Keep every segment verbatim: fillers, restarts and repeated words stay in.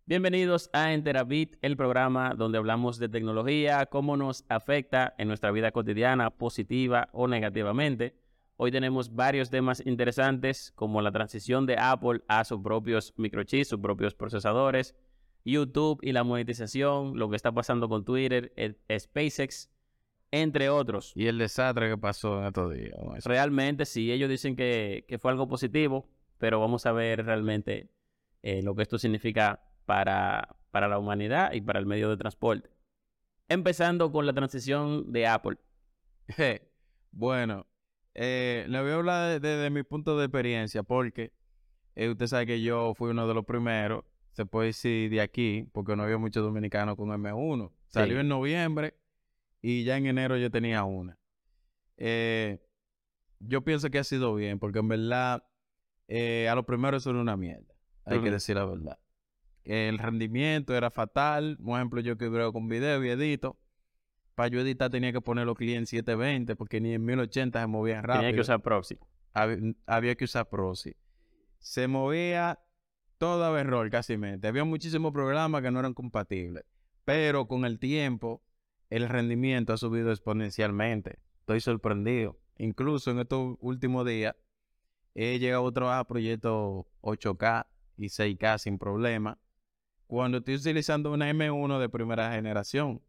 Bienvenidos a Enterabit, el programa donde hablamos de tecnología, cómo nos afecta en nuestra vida cotidiana, positiva o negativamente. Hoy tenemos varios temas interesantes como la transición de Apple a sus propios microchips, sus propios procesadores, YouTube y la monetización, lo que está pasando con Twitter, el SpaceX, entre otros. Y el desastre que pasó en estos días. Realmente sí, ellos dicen que, que fue algo positivo, pero vamos a ver realmente eh, lo que esto significa para, para la humanidad y para el medio de transporte. Empezando con la transición de Apple. Bueno, eh, le voy a hablar desde de, de mi punto de experiencia, porque eh, usted sabe que yo fui uno de los primeros, se puede decir de aquí, porque no había muchos dominicanos con M uno. Salió Sí. en noviembre y ya en enero yo tenía una. Eh, yo pienso que ha sido bien, porque en verdad eh, a lo primero eso era una mierda, hay Uh-huh. que decir la verdad. El rendimiento era fatal. Por ejemplo, yo que veo con video y edito, para yo editar tenía que poner los clientes en setecientos veinte porque ni en mil ochenta se movían rápido. Tenía que usar proxy. Hab- había que usar proxy. Se movía todo a error casi mente. Había muchísimos programas que no eran compatibles, pero con el tiempo el rendimiento ha subido exponencialmente. Estoy sorprendido. Incluso en estos últimos días he llegado a trabajar proyectos ocho K y seis K sin problema, cuando estoy utilizando una M uno de primera generación.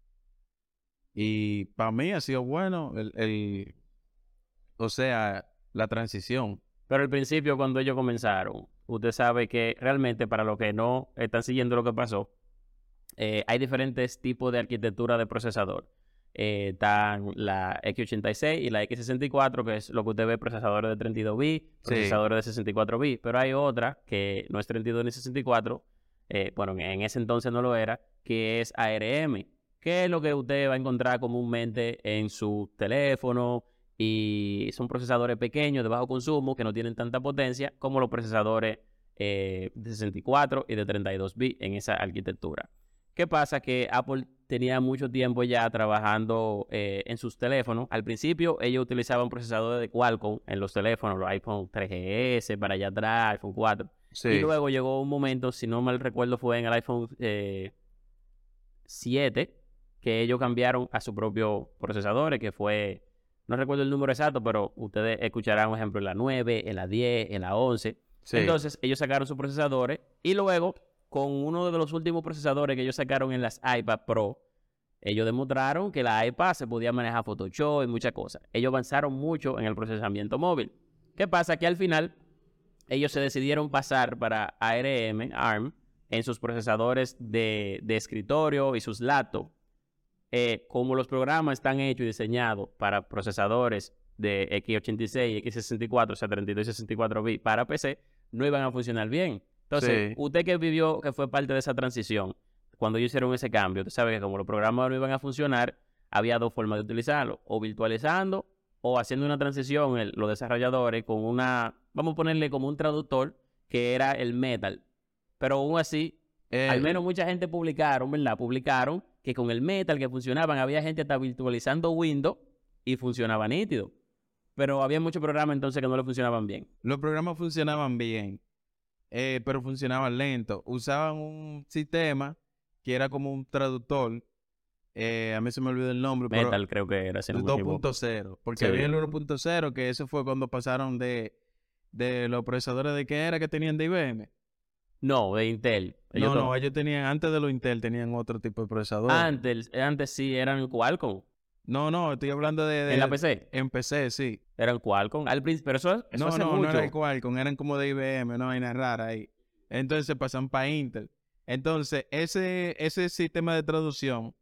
Y para mí ha sido bueno el, el, o sea, la transición. Pero al principio, cuando ellos comenzaron, usted sabe que realmente para los que no están siguiendo lo que pasó, eh, hay diferentes tipos de arquitectura de procesador. Eh, están la X ochenta y seis y la X sesenta y cuatro, que es lo que usted ve, procesadores de treinta y dos bits, procesadores sí. de sesenta y cuatro bits, pero hay otra que no es treinta y dos ni sesenta y cuatro, eh, bueno, en ese entonces no lo era, que es A R M, que es lo que usted va a encontrar comúnmente en su teléfono, y son procesadores pequeños de bajo consumo que no tienen tanta potencia como los procesadores eh, de sesenta y cuatro y de treinta y dos bits en esa arquitectura. ¿Qué pasa? Que Apple tenía mucho tiempo ya trabajando eh, en sus teléfonos. Al principio ellos utilizaban procesadores de Qualcomm en los teléfonos, los iPhone tres G S, para allá atrás, iPhone cuatro. Sí. Y luego llegó un momento, si no mal recuerdo fue en el iPhone eh, siete, que ellos cambiaron a sus propios procesadores, que fue, no recuerdo el número exacto, pero ustedes escucharán un ejemplo en la nueve, en la diez, en la once. Sí. Entonces ellos sacaron sus procesadores y luego, con uno de los últimos procesadores que ellos sacaron en las iPad Pro, ellos demostraron que la iPad se podía manejar Photoshop y muchas cosas. Ellos avanzaron mucho en el procesamiento móvil. ¿Qué pasa? Que al final ellos se decidieron pasar para A R M, A R M, en sus procesadores de, de escritorio y sus laptops. Eh, como los programas están hechos y diseñados para procesadores de X ochenta y seis y X sesenta y cuatro, o sea, treinta y dos y sesenta y cuatro bits para P C, no iban a funcionar bien. Entonces, sí. Usted que vivió, que fue parte de esa transición, cuando ellos hicieron ese cambio, usted sabe que como los programas no iban a funcionar, había dos formas de utilizarlo, o virtualizando, o haciendo una transición, el, los desarrolladores, con una, vamos a ponerle como un traductor, que era el Metal. Pero aún así, eh, al menos mucha gente publicaron, ¿verdad? Publicaron que con el Metal que funcionaban, había gente hasta virtualizando Windows y funcionaba nítido. Pero había muchos programas entonces que no le funcionaban bien. Los programas funcionaban bien. Eh, pero funcionaban lento. Usaban un sistema que era como un traductor. Eh, a mí se me olvidó el nombre. Metal pero creo que era. El dos punto cero. Porque sí. Había el uno punto cero, que eso fue cuando pasaron de, de los procesadores de qué era que tenían de I B M. No, de Intel. Ellos no, no, todo. ellos tenían, antes de los Intel, tenían otro tipo de procesador. Antes, antes sí eran Qualcomm. No, no, estoy hablando de, de... ¿En la P C? En P C, sí. Eran Qualcomm. Al principio, pero eso, eso no, hace no, mucho. No, no eran Qualcomm, eran como de I B M, no, vaina rara ahí. Entonces se pasan para Intel. Entonces, ese, ese sistema de traducción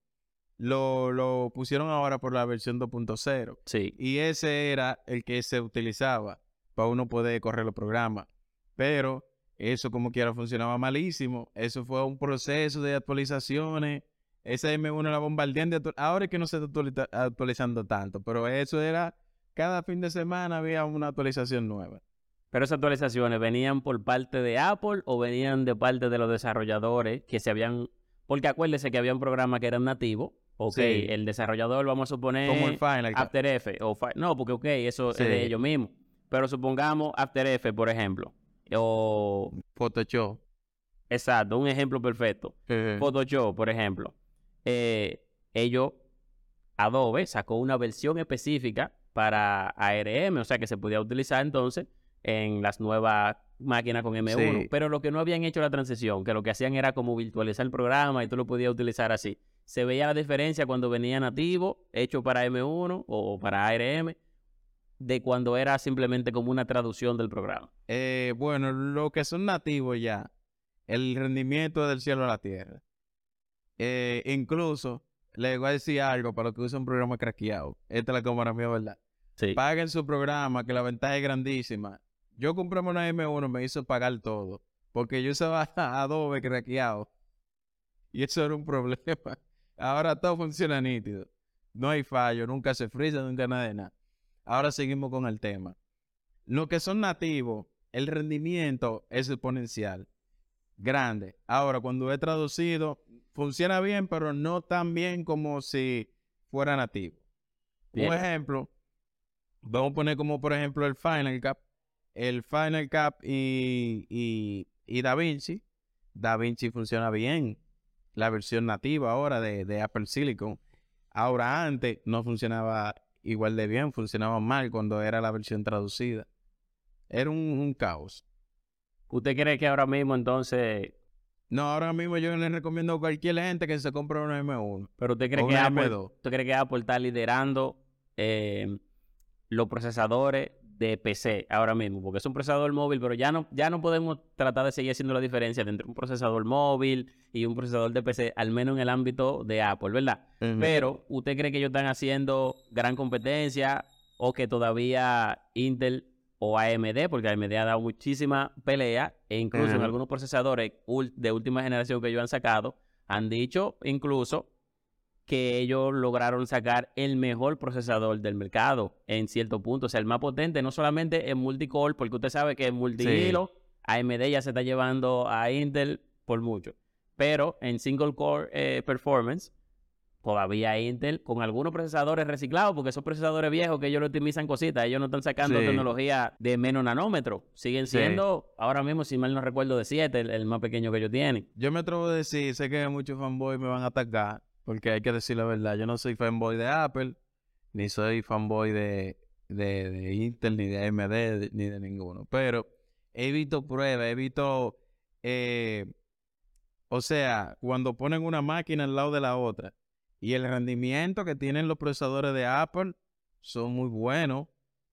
lo, lo pusieron ahora por la versión dos punto cero. Sí. Y ese era el que se utilizaba para uno poder correr los programas. Pero eso como quiera funcionaba malísimo. Eso fue un proceso de actualizaciones. Esa M uno la bombardean de actual... Ahora es que no se está actualizando tanto, pero eso era, cada fin de semana había una actualización nueva. Pero esas actualizaciones venían por parte de Apple o venían de parte de los desarrolladores que se habían... Porque acuérdese que había un programa que era nativo. Ok, sí. El desarrollador, vamos a suponer... Como el Final. After Effects. O Fi... No, porque ok, eso sí. Es de ellos mismos. Pero supongamos After Effects, por ejemplo. O... Photoshop. Exacto, un ejemplo perfecto. Eh, Photoshop, por ejemplo. Eh, ellos, Adobe sacó una versión específica para A R M, o sea que se podía utilizar entonces en las nuevas máquinas con M uno. Sí. Pero lo que no habían hecho la transición, que lo que hacían era como virtualizar el programa y tú lo podías utilizar así. Se veía la diferencia cuando venía nativo, hecho para M uno o para A R M, de cuando era simplemente como una traducción del programa. Eh, bueno, lo que son nativos ya, el rendimiento del cielo a la tierra. Eh, incluso, les voy a decir algo para los que usan un programa craqueado. Esta es la cámara mía, ¿verdad? Sí. Paguen su programa, que la ventaja es grandísima. Yo compré una M uno, me hizo pagar todo, porque yo usaba Adobe craqueado. Y eso era un problema. Ahora todo funciona nítido. No hay fallo, nunca se frisa, nunca nada de nada. Ahora seguimos con el tema. Lo que son nativos, el rendimiento es exponencial, grande. Ahora, cuando he traducido, funciona bien, pero no tan bien como si fuera nativo. Bien. Un ejemplo, vamos a poner como por ejemplo el Final Cut. El Final Cut y, y, y DaVinci. DaVinci funciona bien. La versión nativa ahora de, de Apple Silicon. Ahora antes no funcionaba igual de bien, funcionaba mal cuando era la versión traducida. Era un, un caos. ¿Usted cree que ahora mismo entonces, No, ahora mismo yo le recomiendo a cualquier gente que se compre una M uno pero usted cree o que una Apple, M dos? usted cree que Apple está liderando eh, los procesadores de P C ahora mismo? Porque es un procesador móvil, pero ya no, ya no podemos tratar de seguir haciendo la diferencia entre un procesador móvil y un procesador de P C, al menos en el ámbito de Apple, ¿verdad? Uh-huh. Pero, ¿usted cree que ellos están haciendo gran competencia o que todavía Intel o A M D, porque A M D ha dado muchísima pelea, e incluso en Ujú. algunos procesadores ul- de última generación que ellos han sacado, han dicho incluso que ellos lograron sacar el mejor procesador del mercado en cierto punto, o sea, el más potente, no solamente en multicore, porque usted sabe que en multihilo A M D ya se está llevando a Intel por mucho, pero en single core eh, performance, todavía Intel con algunos procesadores reciclados, porque son procesadores viejos que ellos lo optimizan cositas, ellos no están sacando Sí. tecnología de menos nanómetros, siguen Sí. siendo, ahora mismo, si mal no recuerdo, de siete, el, el más pequeño que ellos tienen. Yo me atrevo a decir, sé que muchos fanboys me van a atacar, porque hay que decir la verdad. Yo no soy fanboy de Apple, ni soy fanboy de, de, de Intel, ni de A M D, de- ni de ninguno. Pero he visto pruebas, he visto, eh, o sea, cuando ponen una máquina al lado de la otra y el rendimiento que tienen los procesadores de Apple son muy buenos.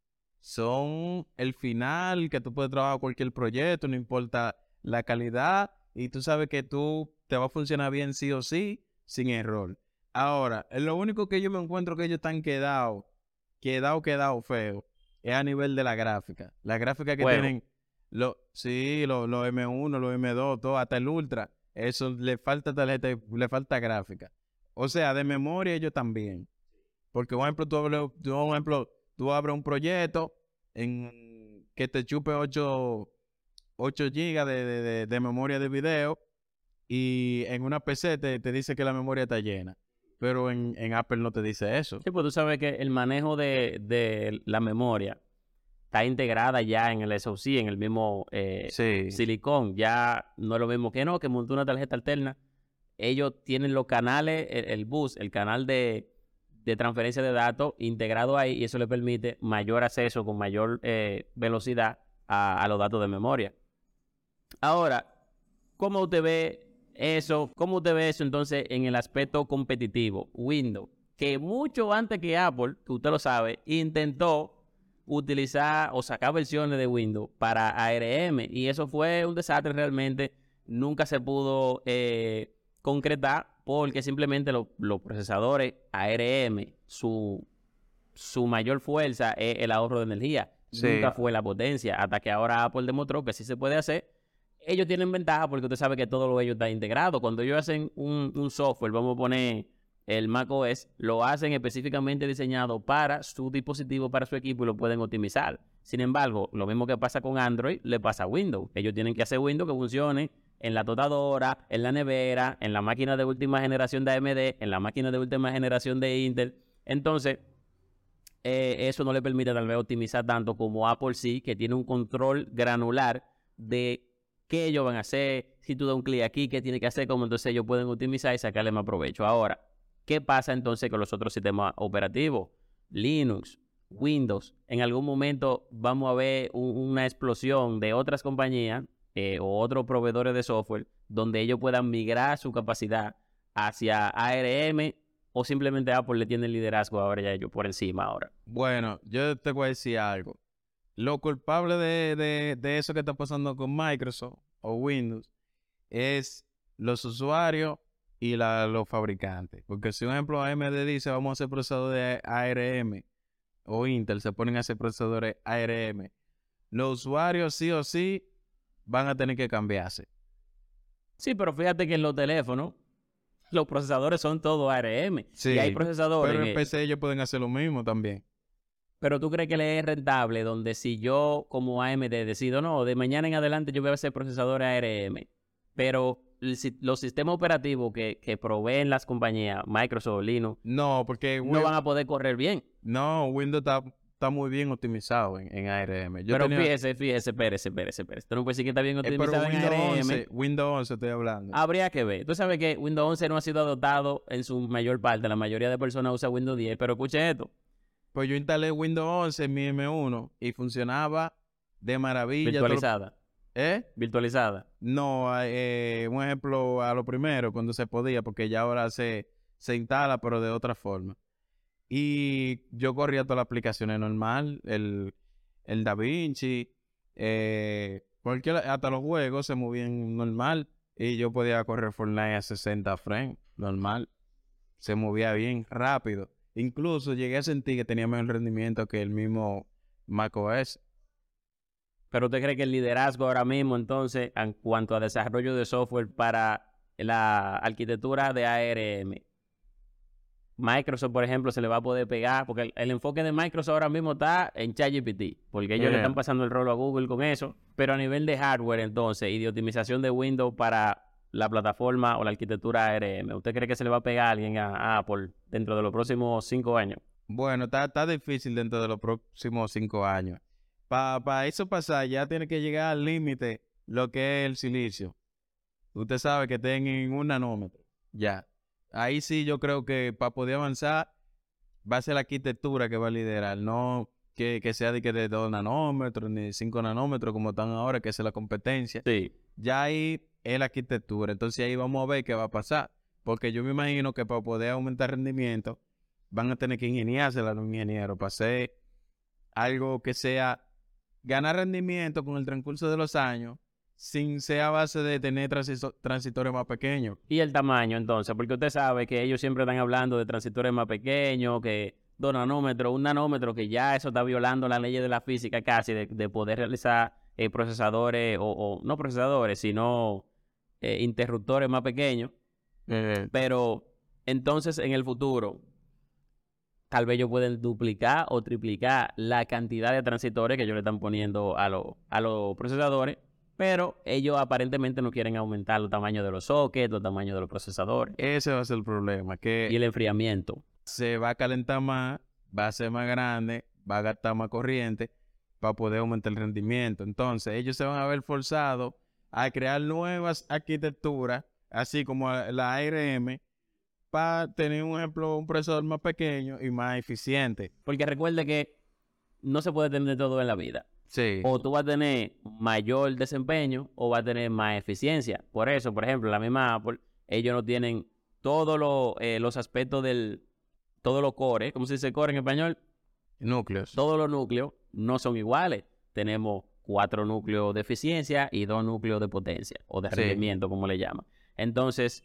Son el final que tú puedes trabajar cualquier proyecto, no importa la calidad, y tú sabes que tú te va a funcionar bien sí o sí, sin error. Ahora, lo único que yo me encuentro que ellos están quedados, quedado, quedado feo, es a nivel de la gráfica. La gráfica que Juego. tienen, lo, sí, los lo M uno, los M dos, todo, hasta el Ultra, eso le falta tarjeta, le falta gráfica. O sea, de memoria ellos también. Porque, por ejemplo, tú, abres- tú, por ejemplo, tú abres un proyecto en que te chupe ocho gigas de, de, de, de memoria de video y en una P C te, te dice que la memoria está llena. Pero en, en Apple no te dice eso. Sí, pues tú sabes que el manejo de, de la memoria está integrada ya en el S O C, en el mismo eh, Sí. silicón. Ya no es lo mismo que no, que montó una tarjeta alterna. Ellos tienen los canales, el, el bus, el canal de, de transferencia de datos integrado ahí, y eso le permite mayor acceso con mayor eh, velocidad a, a los datos de memoria. Ahora, ¿cómo usted ve eso? ¿Cómo usted ve eso entonces en el aspecto competitivo? Windows, que mucho antes que Apple, que usted lo sabe, intentó utilizar o sacar versiones de Windows para A R M, y eso fue un desastre realmente. Nunca se pudo eh, concretar porque simplemente lo- los procesadores A R M, su, su mayor fuerza es el ahorro de energía. Sí. Nunca fue la potencia, hasta que ahora Apple demostró que sí se puede hacer. Ellos tienen ventaja porque usted sabe que todo lo de ellos está integrado. Cuando ellos hacen un, un software, vamos a poner el macOS, lo hacen específicamente diseñado para su dispositivo, para su equipo, y lo pueden optimizar. Sin embargo, lo mismo que pasa con Android, le pasa a Windows. Ellos tienen que hacer Windows que funcione en la tostadora, en la nevera, en la máquina de última generación de A M D, en la máquina de última generación de Intel. Entonces, eh, eso no le permite tal vez optimizar tanto como Apple sí, que tiene un control granular de qué ellos van a hacer, si tú das un clic aquí, qué tiene que hacer, cómo entonces ellos pueden optimizar y sacarle más provecho. Ahora, ¿qué pasa entonces con los otros sistemas operativos? Linux, Windows. En algún momento vamos a ver un, una explosión de otras compañías eh, o otros proveedores de software donde ellos puedan migrar su capacidad hacia A R M o simplemente Apple le tiene el liderazgo ahora ya ellos por encima ahora. Bueno, yo te voy a decir algo. Lo culpable de, de, de eso que está pasando con Microsoft o Windows es los usuarios y la, los fabricantes. Porque si, por ejemplo, A M D dice vamos a hacer procesadores A R M o Intel se ponen a hacer procesadores A R M, los usuarios sí o sí van a tener que cambiarse. Sí, pero fíjate que en los teléfonos los procesadores son todos A R M. Sí, y hay procesadores pero en que... P C ellos pueden hacer lo mismo también. Pero tú crees que le es rentable donde si yo como A M D decido, no, de mañana en adelante yo voy a hacer procesadores A R M, pero el, los sistemas operativos que, que proveen las compañías, Microsoft, Linux, no, porque no van a poder correr bien. No, Windows está, está muy bien optimizado en, en A R M. Yo pero tenía... fíjese, fíjese, espérese, espérese, espérese. Tú no puedes decir que está bien optimizado eh, en A R M. once, Windows once estoy hablando. Habría que ver. Tú sabes que Windows once no ha sido adoptado en su mayor parte. La mayoría de personas usa Windows diez, pero escuche esto. Pues yo instalé Windows once en mi M uno y funcionaba de maravilla. Virtualizada. Todo... ¿Eh? Virtualizada. No, eh, un ejemplo a lo primero, cuando se podía, porque ya ahora se, se instala, pero de otra forma. Y yo corría todas las aplicaciones normal, el, el DaVinci, eh, cualquier, hasta los juegos se movían normal. Y yo podía correr Fortnite a sesenta frames, normal. Se movía bien, rápido. Incluso llegué a sentir que tenía mejor rendimiento que el mismo macOS. ¿Pero usted cree que el liderazgo ahora mismo, entonces, en cuanto a desarrollo de software para la arquitectura de A R M, Microsoft, por ejemplo, se le va a poder pegar? Porque el, el enfoque de Microsoft ahora mismo está en ChatGPT, porque ellos yeah. le están pasando el rolo a Google con eso. Pero a nivel de hardware, entonces, y de optimización de Windows para la plataforma o la arquitectura A R M, ¿usted cree que se le va a pegar a alguien a, a Apple dentro de los próximos cinco años? Bueno, está, está difícil dentro de los próximos cinco años. Para pa eso pasar, ya tiene que llegar al límite lo que es el silicio. Usted sabe que tienen un nanómetro. Ya. Ahí sí yo creo que para poder avanzar va a ser la arquitectura que va a liderar. No que, que sea de, que de dos nanómetros ni cinco nanómetros como están ahora, que es la competencia. Sí. Ya ahí es la arquitectura. Entonces ahí vamos a ver qué va a pasar. Porque yo me imagino que para poder aumentar rendimiento van a tener que ingeniársela a los ingenieros para hacer algo que sea ganar rendimiento con el transcurso de los años sin ser a base de tener transitores más pequeños. Y el tamaño, entonces, porque usted sabe que ellos siempre están hablando de transitores más pequeños, que dos nanómetros, un nanómetro, que ya eso está violando las leyes de la física casi, de, de poder realizar eh, procesadores, o, o no procesadores, sino eh, interruptores más pequeños. Eh. Pero entonces en el futuro tal vez ellos pueden duplicar o triplicar la cantidad de transitores que ellos le están poniendo a, lo, a los procesadores, pero ellos aparentemente no quieren aumentar los tamaños de los sockets, los tamaños de los procesadores. Ese va a ser el problema. Que y el enfriamiento. Se va a calentar más, va a ser más grande, va a gastar más corriente para poder aumentar el rendimiento. Entonces ellos se van a ver forzados a crear nuevas arquitecturas, así como la A R M, para tener un ejemplo, un procesador más pequeño y más eficiente. Porque recuerde que no se puede tener todo en la vida. Sí. O tú vas a tener mayor desempeño o vas a tener más eficiencia. Por eso, por ejemplo, la misma Apple, ellos no tienen todos lo, eh, los aspectos del, todos los cores, ¿cómo se dice core en español? Núcleos. Todos los núcleos no son iguales. Tenemos cuatro núcleos de eficiencia y dos núcleos de potencia o de rendimiento, sí, como le llaman. Entonces,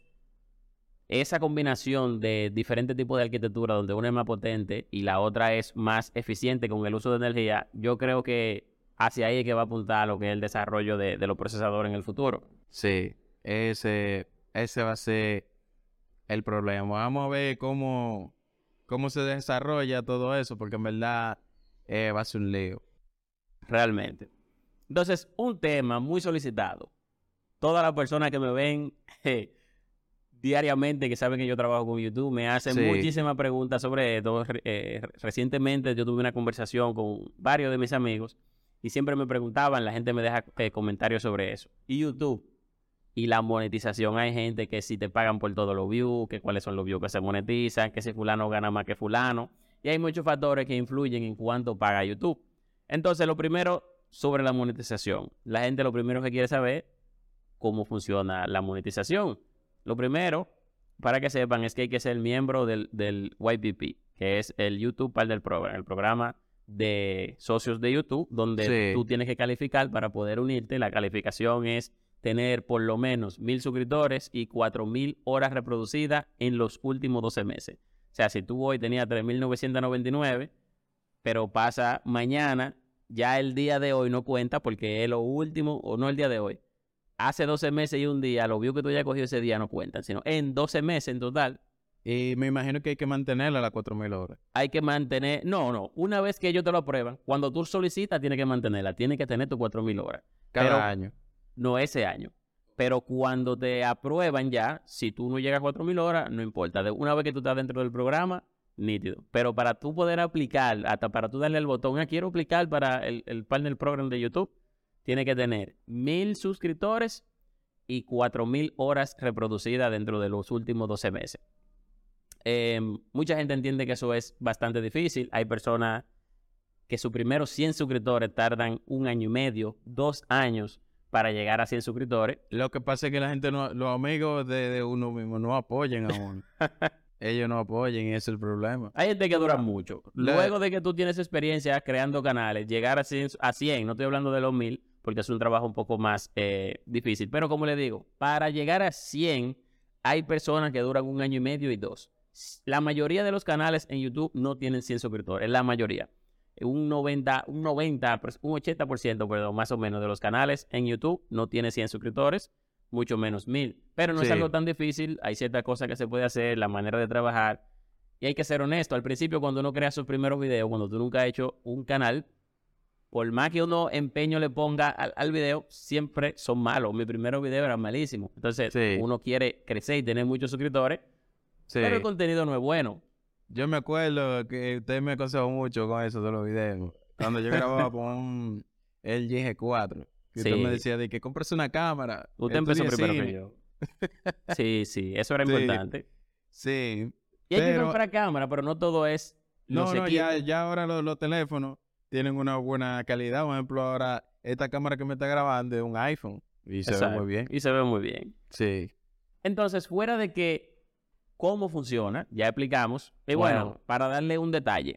esa combinación de diferentes tipos de arquitectura, donde una es más potente y la otra es más eficiente con el uso de energía, yo creo que hacia ahí es que va a apuntar lo que es el desarrollo de, de los procesadores en el futuro. Sí, ese, ese va a ser el problema. Vamos a ver cómo, cómo se desarrolla todo eso, porque en verdad eh, va a ser un lío. Realmente. Entonces, un tema muy solicitado. Todas las personas que me ven eh, diariamente, que saben que yo trabajo con YouTube, me hacen sí. muchísimas preguntas sobre esto. Eh, recientemente yo tuve una conversación con varios de mis amigos Y siempre me preguntaban, la gente me deja eh, comentarios sobre eso. Y YouTube y la monetización. Hay gente que si te pagan por todos los views, que cuáles son los views que se monetizan, que si fulano gana más que fulano. Y hay muchos factores que influyen en cuánto paga YouTube. Entonces, lo primero sobre la monetización. La gente lo primero que quiere saber cómo funciona la monetización. Lo primero, para que sepan, es que hay que ser miembro del, del Y P P, que es el YouTube Partner Program, el programa de socios de YouTube, donde sí. tú tienes que calificar para poder unirte. La calificación es tener por lo menos mil suscriptores y cuatro mil horas reproducidas en los últimos doce meses. O sea, si tú hoy tenías tres mil novecientos noventa y nueve, pero pasa mañana, ya el día de hoy no cuenta porque es lo último, o no el día de hoy. Hace doce meses y un día, los views que tú hayas cogido ese día no cuentan, sino en doce meses en total. Y me imagino que hay que mantenerla a las cuatro mil horas. Hay que mantener, no, no, una vez que ellos te lo aprueban, cuando tú solicitas, tienes que mantenerla, tienes que tener tus cuatro mil horas. Cada pero, año. No ese año. Pero cuando te aprueban ya, si tú no llegas a cuatro mil horas, no importa. De una vez que tú estás dentro del programa, nítido. Pero para tú poder aplicar, hasta para tú darle al botón, ah, quiero aplicar para el, el Partner Program de YouTube, tienes que tener mil suscriptores y cuatro mil horas reproducidas dentro de los últimos doce meses. Eh, mucha gente entiende que eso es bastante difícil. Hay personas que sus primeros cien suscriptores tardan un año y medio, dos años para llegar a cien suscriptores. Lo que pasa es que la gente, no, los amigos de, de uno mismo no apoyen a uno. Ellos no apoyen y ese es el problema. Hay gente que dura mucho. Luego de que tú tienes experiencia creando canales, llegar a cien, a cien, no estoy hablando de los mil, porque es un trabajo un poco más eh, difícil. Pero como les digo, para llegar a cien, hay personas que duran un año y medio y dos. La mayoría de los canales en YouTube no tienen cien suscriptores, la mayoría. Un noventa, un noventa, un ochenta por ciento, perdón, más o menos de los canales en YouTube no tiene cien suscriptores, mucho menos mil. Pero no sí. es algo tan difícil, hay ciertas cosas que se puede hacer, la manera de trabajar. Y hay que ser honesto, al principio cuando uno crea sus primeros videos, cuando tú nunca has hecho un canal, por más que uno empeño le ponga al, al video, siempre son malos. Mi primer video era malísimo. Entonces, sí. uno quiere crecer y tener muchos suscriptores, sí. pero el contenido no es bueno. Yo me acuerdo que usted me aconsejó mucho con eso de los videos. Cuando yo grababa con un L G G cuatro. Que sí. usted me decía de que compres una cámara. Usted empezó primero que yo. Sí, sí. Eso era sí. importante. Sí. Y hay pero... que comprar cámara, pero no todo es... No, no, ya, ya ahora los, los teléfonos tienen una buena calidad. Por ejemplo, ahora esta cámara que me está grabando es un iPhone. Y se Exacto. ve muy bien. Y se ve muy bien. Sí. Entonces, fuera de que cómo funciona, ya explicamos. Y bueno, bueno, para darle un detalle,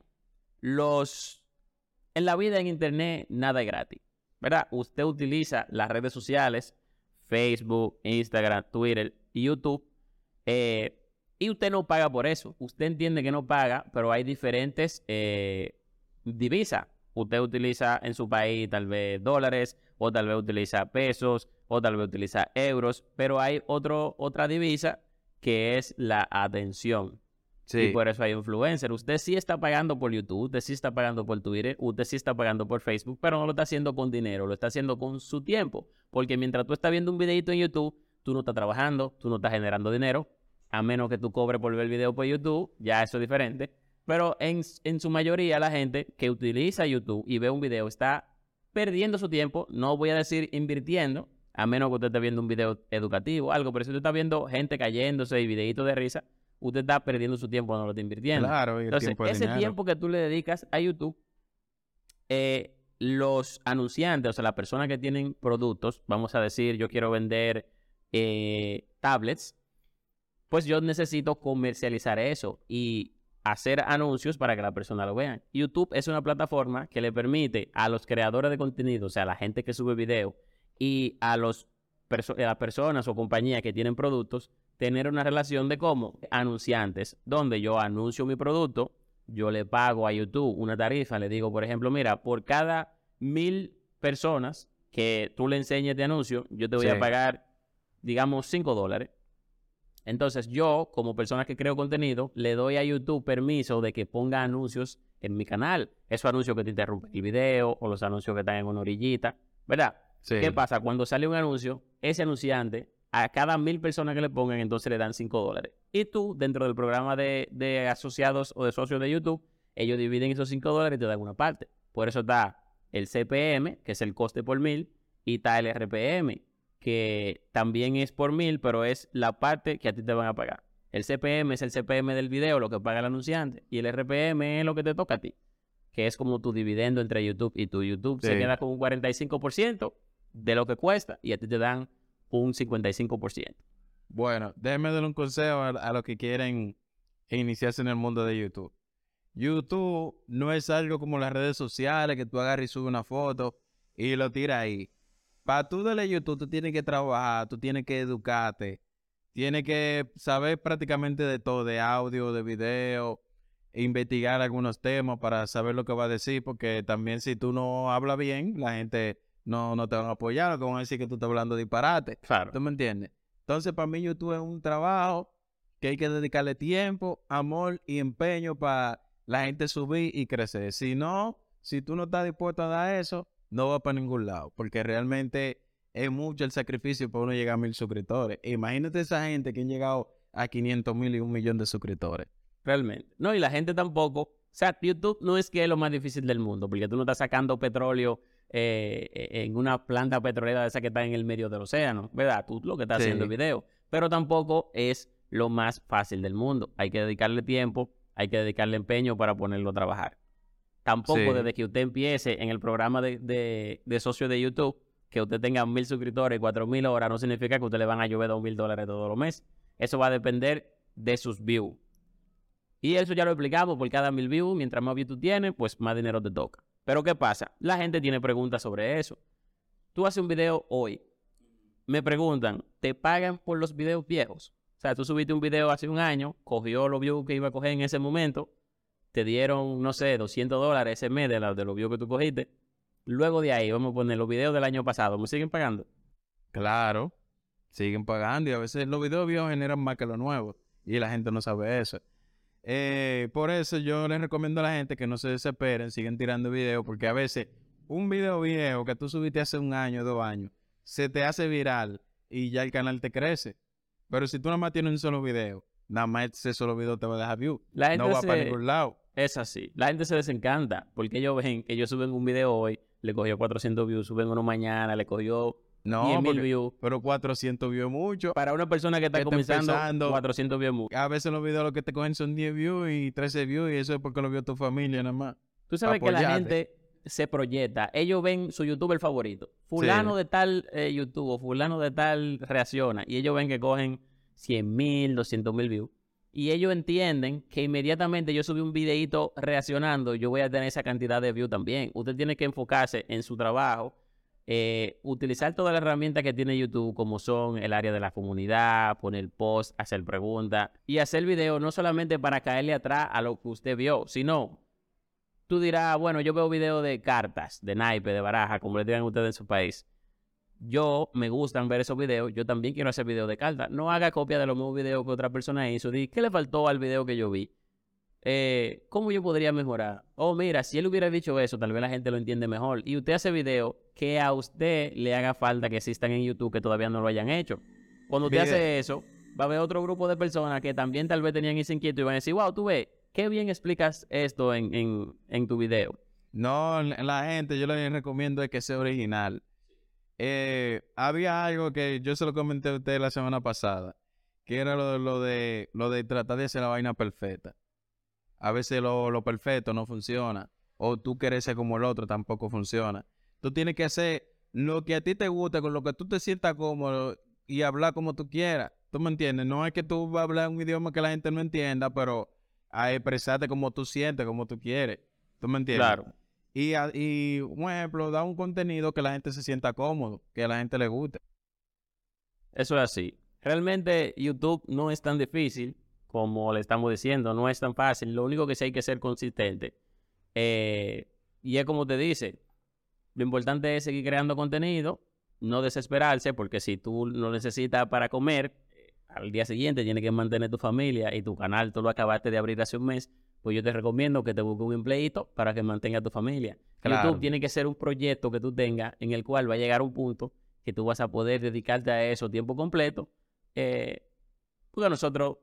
los en la vida en internet nada es gratis, ¿verdad? Usted utiliza las redes sociales, Facebook, Instagram, Twitter y YouTube, eh, y usted no paga por eso. Usted entiende que no paga, pero hay diferentes eh, divisas. Usted utiliza en su país tal vez dólares, o tal vez utiliza pesos, o tal vez utiliza euros, pero hay otro, otra divisa que es la atención. Sí. Y por eso hay influencer. Usted sí está pagando por YouTube, usted sí está pagando por Twitter, usted sí está pagando por Facebook, pero no lo está haciendo con dinero, lo está haciendo con su tiempo. Porque mientras tú estás viendo un videito en YouTube, tú no estás trabajando, tú no estás generando dinero, a menos que tú cobres por ver el video por YouTube, ya eso es diferente. Pero en, en su mayoría la gente que utiliza YouTube y ve un video está perdiendo su tiempo, no voy a decir invirtiendo, a menos que usted esté viendo un video educativo o algo, pero si usted está viendo gente cayéndose y videitos de risa, usted está perdiendo su tiempo, no lo está invirtiendo. Claro, y el Entonces, tiempo ese dinero. tiempo que tú le dedicas a YouTube, eh, los anunciantes, o sea, las personas que tienen productos, vamos a decir, yo quiero vender eh, tablets, pues yo necesito comercializar eso y hacer anuncios para que la persona lo vea. YouTube es una plataforma que le permite a los creadores de contenido, o sea, a la gente que sube video, y a, los perso a las personas o compañías que tienen productos, tener una relación de cómo anunciantes, donde yo anuncio mi producto, yo le pago a YouTube una tarifa, le digo, por ejemplo, mira, por cada mil personas que tú le enseñes de anuncio, yo te voy sí. a pagar, digamos, cinco dólares. Entonces yo, como persona que creo contenido, le doy a YouTube permiso de que ponga anuncios en mi canal. Esos anuncios que te interrumpen el video o los anuncios que están en una orillita, ¿verdad? Sí. ¿Qué pasa? Cuando sale un anuncio, ese anunciante, a cada mil personas que le pongan, entonces le dan cinco dólares. Y tú, dentro del programa de, de asociados o de socios de YouTube, ellos dividen esos cinco dólares y te dan una parte. Por eso está el C P M, que es el coste por mil, y está el R P M, que también es por mil, pero es la parte que a ti te van a pagar. El C P M es el C P M del video, lo que paga el anunciante, y el R P M es lo que te toca a ti, que es como tu dividendo entre YouTube y tu YouTube sí. se queda con un cuarenta y cinco por ciento de lo que cuesta y a ti te dan un cincuenta y cinco por ciento. Bueno, déjenme dar un consejo a, a los que quieren iniciarse en el mundo de YouTube. YouTube no es algo como las redes sociales que tú agarras y subes una foto y lo tiras ahí. Para tú darle a YouTube, tú tienes que trabajar, tú tienes que educarte, tienes que saber prácticamente de todo, de audio, de video, e investigar algunos temas para saber lo que va a decir, porque también si tú no hablas bien, la gente no, no te van a apoyar, o que van a decir que tú estás hablando disparate. Claro. ¿Tú me entiendes? Entonces, para mí YouTube es un trabajo que hay que dedicarle tiempo, amor y empeño para la gente subir y crecer. Si no, si tú no estás dispuesto a dar eso, no va para ningún lado, porque realmente es mucho el sacrificio para uno llegar a mil suscriptores. Imagínate esa gente que han llegado a quinientos mil y un millón de suscriptores. Realmente. No, y la gente tampoco. O sea, YouTube no es que es lo más difícil del mundo, porque tú no estás sacando petróleo eh, en una planta petrolera de esa que está en el medio del océano, ¿verdad? Tú lo que estás Sí. haciendo el video. Pero tampoco es lo más fácil del mundo. Hay que dedicarle tiempo, hay que dedicarle empeño para ponerlo a trabajar. Tampoco Sí. desde que usted empiece en el programa de, de, de socio de YouTube, que usted tenga mil suscriptores y cuatro mil horas, no significa que usted le van a llover dos mil dólares todos los meses. Eso va a depender de sus views. Y eso ya lo explicamos, por cada mil views, mientras más views tú tienes, pues más dinero te toca. Pero ¿qué pasa? La gente tiene preguntas sobre eso. Tú haces un video hoy. Me preguntan, ¿te pagan por los videos viejos? O sea, tú subiste un video hace un año, cogió los views que iba a coger en ese momento, te dieron, no sé, doscientos dólares ese mes de, la, de los views que tú cogiste. Luego de ahí, vamos a poner los videos del año pasado. ¿Me siguen pagando? Claro, siguen pagando y a veces los videos viejos generan más que los nuevos y la gente no sabe eso. Eh, por eso yo les recomiendo a la gente que no se desesperen, siguen tirando videos, porque a veces un video viejo que tú subiste hace un año, dos años, se te hace viral y ya el canal te crece. Pero si tú nada más tienes un solo video, nada más ese solo video te va a dejar view. La gente no va se... para ningún lado. Es así. La gente se desencanta porque ellos ven que ellos suben un video hoy, le cogió cuatrocientos views, suben uno mañana, le cogió No, diez mil porque- views. pero cuatrocientos views mucho. Para una persona que está que está comenzando, empezando. cuatrocientos views mucho. A veces los videos lo que te cogen son diez views y trece views y eso es porque lo vio tu familia nada más. Tú sabes que la apoyarte. gente se proyecta. Ellos ven su youtuber favorito. Fulano Sí. de tal eh, YouTube o fulano de tal reacciona. Y ellos ven que cogen cien mil, doscientos mil views. Y ellos entienden que inmediatamente yo subí un videito reaccionando, yo voy a tener esa cantidad de views también. Usted tiene que enfocarse en su trabajo, eh, utilizar todas las herramientas que tiene YouTube, como son el área de la comunidad, poner post, hacer preguntas y hacer video no solamente para caerle atrás a lo que usted vio, sino tú dirás, bueno, yo veo videos de cartas, de naipe, de baraja, como le digan ustedes en su país. Yo me gustan ver esos videos, yo también quiero hacer videos de cartas. No haga copia de los mismos videos que otra persona hizo. Di, ¿qué le faltó al video que yo vi? Eh, ¿Cómo yo podría mejorar? Oh, mira, si él hubiera dicho eso, tal vez la gente lo entiende mejor. Y usted hace videos que a usted le haga falta que existan en YouTube que todavía no lo hayan hecho. Cuando usted Video. hace eso, va a haber otro grupo de personas que también tal vez tenían ese inquieto y van a decir, wow, tú ves, qué bien explicas esto en, en, en tu video. No, la la gente, yo les recomiendo es que sea original. Eh, había algo que yo se lo comenté a usted la semana pasada, que era lo, de- lo de lo de tratar de hacer la vaina perfecta. A veces lo, lo perfecto no funciona, o tú quieres ser como el otro tampoco funciona. Tú tienes que hacer lo que a ti te guste, con lo que tú te sientas cómodo y hablar como tú quieras. ¿Tú me entiendes? No es que tú vas a hablar un idioma que la gente no entienda, pero a expresarte como tú sientes, como tú quieres. ¿Tú me entiendes? Claro. Y, a- y un ejemplo, da un contenido que la gente se sienta cómodo, que a la gente le guste. Eso es así. Realmente YouTube no es tan difícil como le estamos diciendo, no es tan fácil. Lo único que sí hay que ser consistente. Eh, y es como te dice, lo importante es seguir creando contenido, no desesperarse, porque si tú lo necesitas para comer, eh, al día siguiente tienes que mantener tu familia y tu canal tú lo acabaste de abrir hace un mes, pues yo te recomiendo que te busques un empleito para que mantenga a tu familia. Claro. YouTube tiene que ser un proyecto que tú tengas en el cual va a llegar un punto que tú vas a poder dedicarte a eso tiempo completo, eh, porque nosotros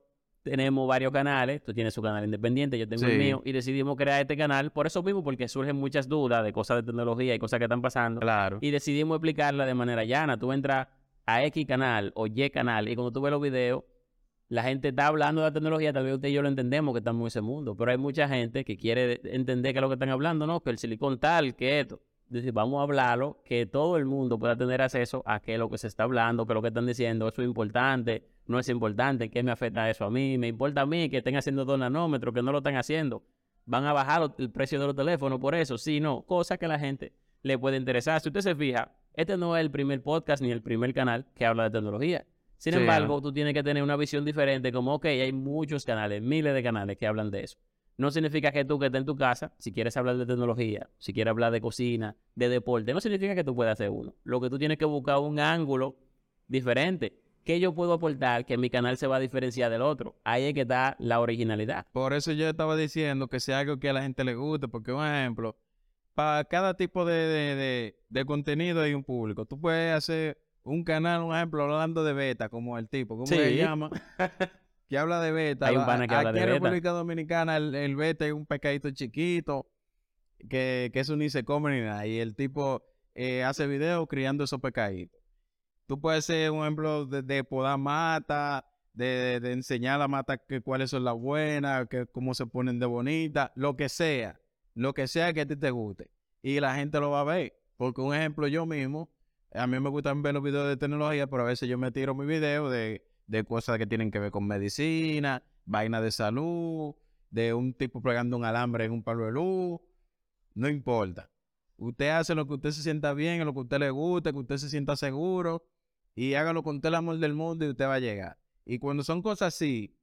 tenemos varios canales, tú tienes su canal independiente, yo tengo Sí. el mío, y decidimos crear este canal por eso mismo, porque surgen muchas dudas de cosas de tecnología y cosas que están pasando, Claro. y decidimos explicarla de manera llana. Tú entras a X canal o Y canal, y cuando tú ves los videos, la gente está hablando de la tecnología, tal vez usted y yo lo entendemos que estamos en ese mundo, pero hay mucha gente que quiere entender qué es lo que están hablando, ¿no? Que el silicón tal, que esto. Entonces, vamos a hablarlo, que todo el mundo pueda tener acceso a qué es lo que se está hablando, qué es lo que están diciendo, eso es importante, no es importante, qué me afecta eso a mí, me importa a mí que estén haciendo dos nanómetros, que no lo están haciendo, van a bajar el precio de los teléfonos por eso, sí, no, cosas que a la gente le puede interesar. Si usted se fija, este no es el primer podcast ni el primer canal que habla de tecnología. Sin Sí, embargo, ¿no? tú tienes que tener una visión diferente, como, ok, hay muchos canales, miles de canales que hablan de eso. No significa que tú que estés en tu casa, si quieres hablar de tecnología, si quieres hablar de cocina, de deporte, no significa que tú puedas hacer uno. Lo que tú tienes que buscar un ángulo diferente. ¿Qué yo puedo aportar que mi canal se va a diferenciar del otro? Ahí es que está la originalidad. Por eso yo estaba diciendo que sea algo que a la gente le guste, porque, un ejemplo, para cada tipo de, de, de, de contenido hay un público. Tú puedes hacer un canal, un ejemplo, hablando de beta, como el tipo, ¿cómo Sí. se llama? Que habla de beta. Hay un Va- pana que habla Aquí de en beta. República Dominicana el, el beta es un pescadito chiquito, que, que eso ni se come ni nada. Y el tipo eh, hace videos criando esos pescaditos. Tú puedes ser un ejemplo de, de podar mata, de, de, de enseñar a la mata que, cuáles son las buenas, que, cómo se ponen de bonitas, lo que sea, lo que sea que a ti te guste. Y la gente lo va a ver. Porque un ejemplo, yo mismo, a mí me gustan ver los videos de tecnología, pero a veces yo me tiro mi video de, de cosas que tienen que ver con medicina, vaina de salud, de un tipo pegando un alambre en un palo de luz. No importa. Usted hace lo que usted se sienta bien, lo que a usted le guste, que usted se sienta seguro, y hágalo con todo el amor del mundo y usted va a llegar. Y cuando son cosas así,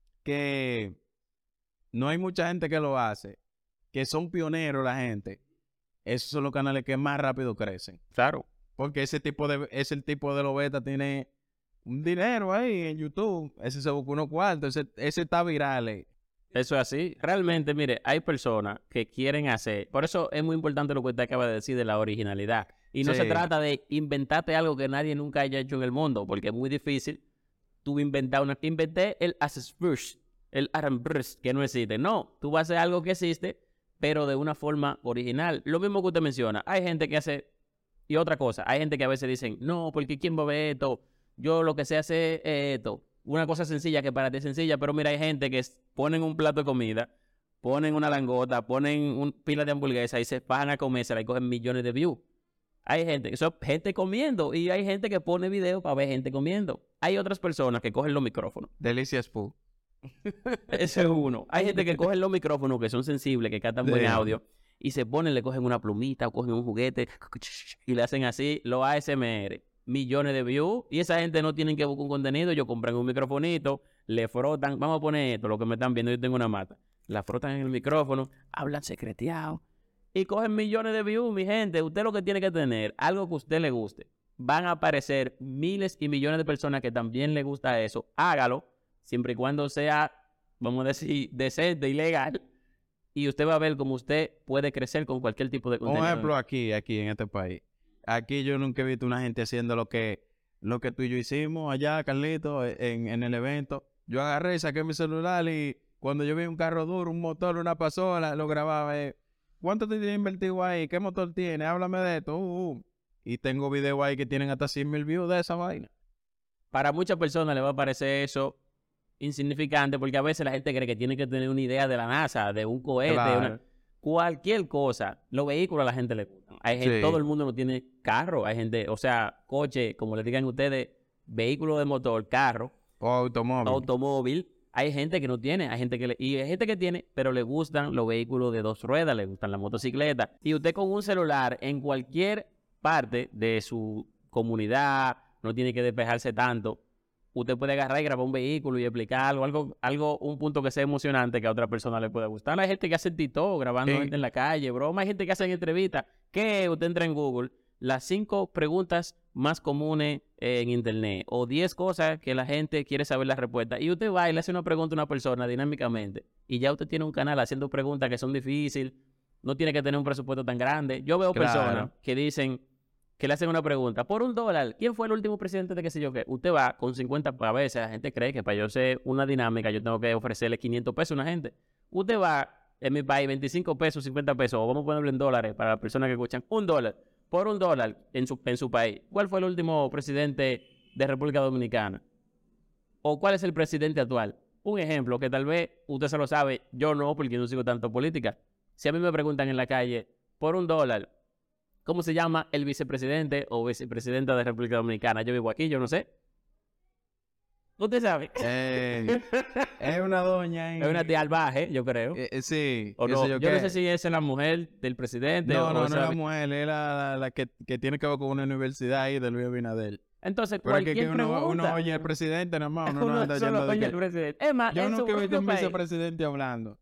que no hay mucha gente que lo hace, que son pioneros la gente, esos son los canales que más rápido crecen. Claro. Porque ese tipo de, ese tipo de los beta tiene un dinero ahí en YouTube. Ese se busca unos cuartos, ese, ese está viral. eh. Eso es así. Realmente, mire, hay personas que quieren hacer. Por eso es muy importante lo que usted acaba de decir de la originalidad. Y no Sí. se trata de inventarte algo que nadie nunca haya hecho en el mundo, porque es muy difícil tú inventar una. Inventé el Accessbrush, el Arambrush, que no existe. No, tú vas a hacer algo que existe, pero de una forma original. Lo mismo que usted menciona. Hay gente que hace. Y otra cosa, hay gente que a veces dicen, no, porque ¿quién va a ver esto? Yo lo que sé hacer es esto. Una cosa sencilla que para ti es sencilla, pero mira, hay gente que es- ponen un plato de comida, ponen una langota, ponen un pila de hamburguesa y se van a comérsela y cogen millones de views. Hay gente, eso es gente comiendo, y hay gente que pone videos para ver gente comiendo. Hay otras personas que cogen los micrófonos. Delicious Food. Ese es uno. Hay gente que cogen los micrófonos que son sensibles, que captan buen Sí. audio, y se ponen, le cogen una plumita o cogen un juguete y le hacen así, los A S M R. Millones de views, y esa gente no tienen que buscar un contenido. Ellos compran un microfonito, le frotan, vamos a poner esto, lo que me están viendo, yo tengo una mata, la frotan en el micrófono, hablan secreteado y cogen millones de views. Mi gente, usted lo que tiene que tener, algo que a usted le guste. Van a aparecer miles y millones de personas que también le gusta eso. Hágalo, siempre y cuando sea, vamos a decir, decente y legal, y usted va a ver cómo usted puede crecer con cualquier tipo de Un contenido. ejemplo aquí, aquí en este país. Aquí yo nunca he visto una gente haciendo lo que, lo que tú y yo hicimos allá, Carlito, en, en el evento. Yo agarré, saqué mi celular y cuando yo vi un carro duro, un motor, una pasola, lo grababa. eh, ¿Cuánto te tienes invertido ahí? ¿Qué motor tiene? Háblame de esto. Uh, uh. Y tengo videos ahí que tienen hasta cien mil views de esa vaina. Para muchas personas le va a parecer eso insignificante, porque a veces la gente cree que tiene que tener una idea de la NASA, de un cohete, Claro. una- cualquier cosa. Los vehículos a la gente le gustan. Hay gente, Sí. todo el mundo no tiene carro. Hay gente, o sea, coche, como le digan ustedes, vehículo de motor, carro, O automóvil. automóvil. Hay gente que no tiene, hay gente que le, y hay gente que tiene, pero le gustan los vehículos de dos ruedas, le gustan las motocicletas. Y usted con un celular en cualquier parte de su comunidad, no tiene que despejarse tanto. Usted puede agarrar y grabar un vehículo y explicar algo, algo, algo, un punto que sea emocionante que a otra persona le pueda gustar. Hay gente que hace TikTok grabando Sí. gente en la calle, broma. Hay gente que hace entrevistas. Que usted entra en Google, las cinco preguntas más comunes eh, en internet, o diez cosas que la gente quiere saber la respuesta, y usted va y le hace una pregunta a una persona dinámicamente, y ya usted tiene un canal haciendo preguntas que son difíciles, no tiene que tener un presupuesto tan grande. Yo veo Claro. personas que dicen, que le hacen una pregunta, por un dólar, ¿quién fue el último presidente de qué sé yo qué? Usted va con cincuenta, a veces la gente cree que para yo hacer una dinámica yo tengo que ofrecerle quinientos pesos a una gente. Usted va, en mi país, veinticinco pesos, cincuenta pesos, o vamos a ponerlo en dólares para las personas que escuchan, un dólar, por un dólar en su, en su país. ¿Cuál fue el último presidente de República Dominicana? ¿O cuál es el presidente actual? Un ejemplo que tal vez usted se lo sabe, yo no, porque no sigo tanto política. Si a mí me preguntan en la calle, por un dólar, ¿cómo se llama el vicepresidente o vicepresidenta de República Dominicana? Yo vivo aquí, yo no sé. ¿Usted sabe? Eh, es una doña ahí. Es una tía albaje, yo creo. Eh, eh, sí. O no, yo qué. no sé si es la mujer del presidente. No, o, no, o no es la sabe. mujer, es la, la, la que, que tiene que ver con una universidad ahí de Luis Abinader. Entonces, Pero es que, cualquier que uno, pregunta. uno oye al presidente nada más, uno, no Uno anda solo yendo de oye que- al presidente. Es más, Yo en nunca su he visto propio un país. vicepresidente hablando.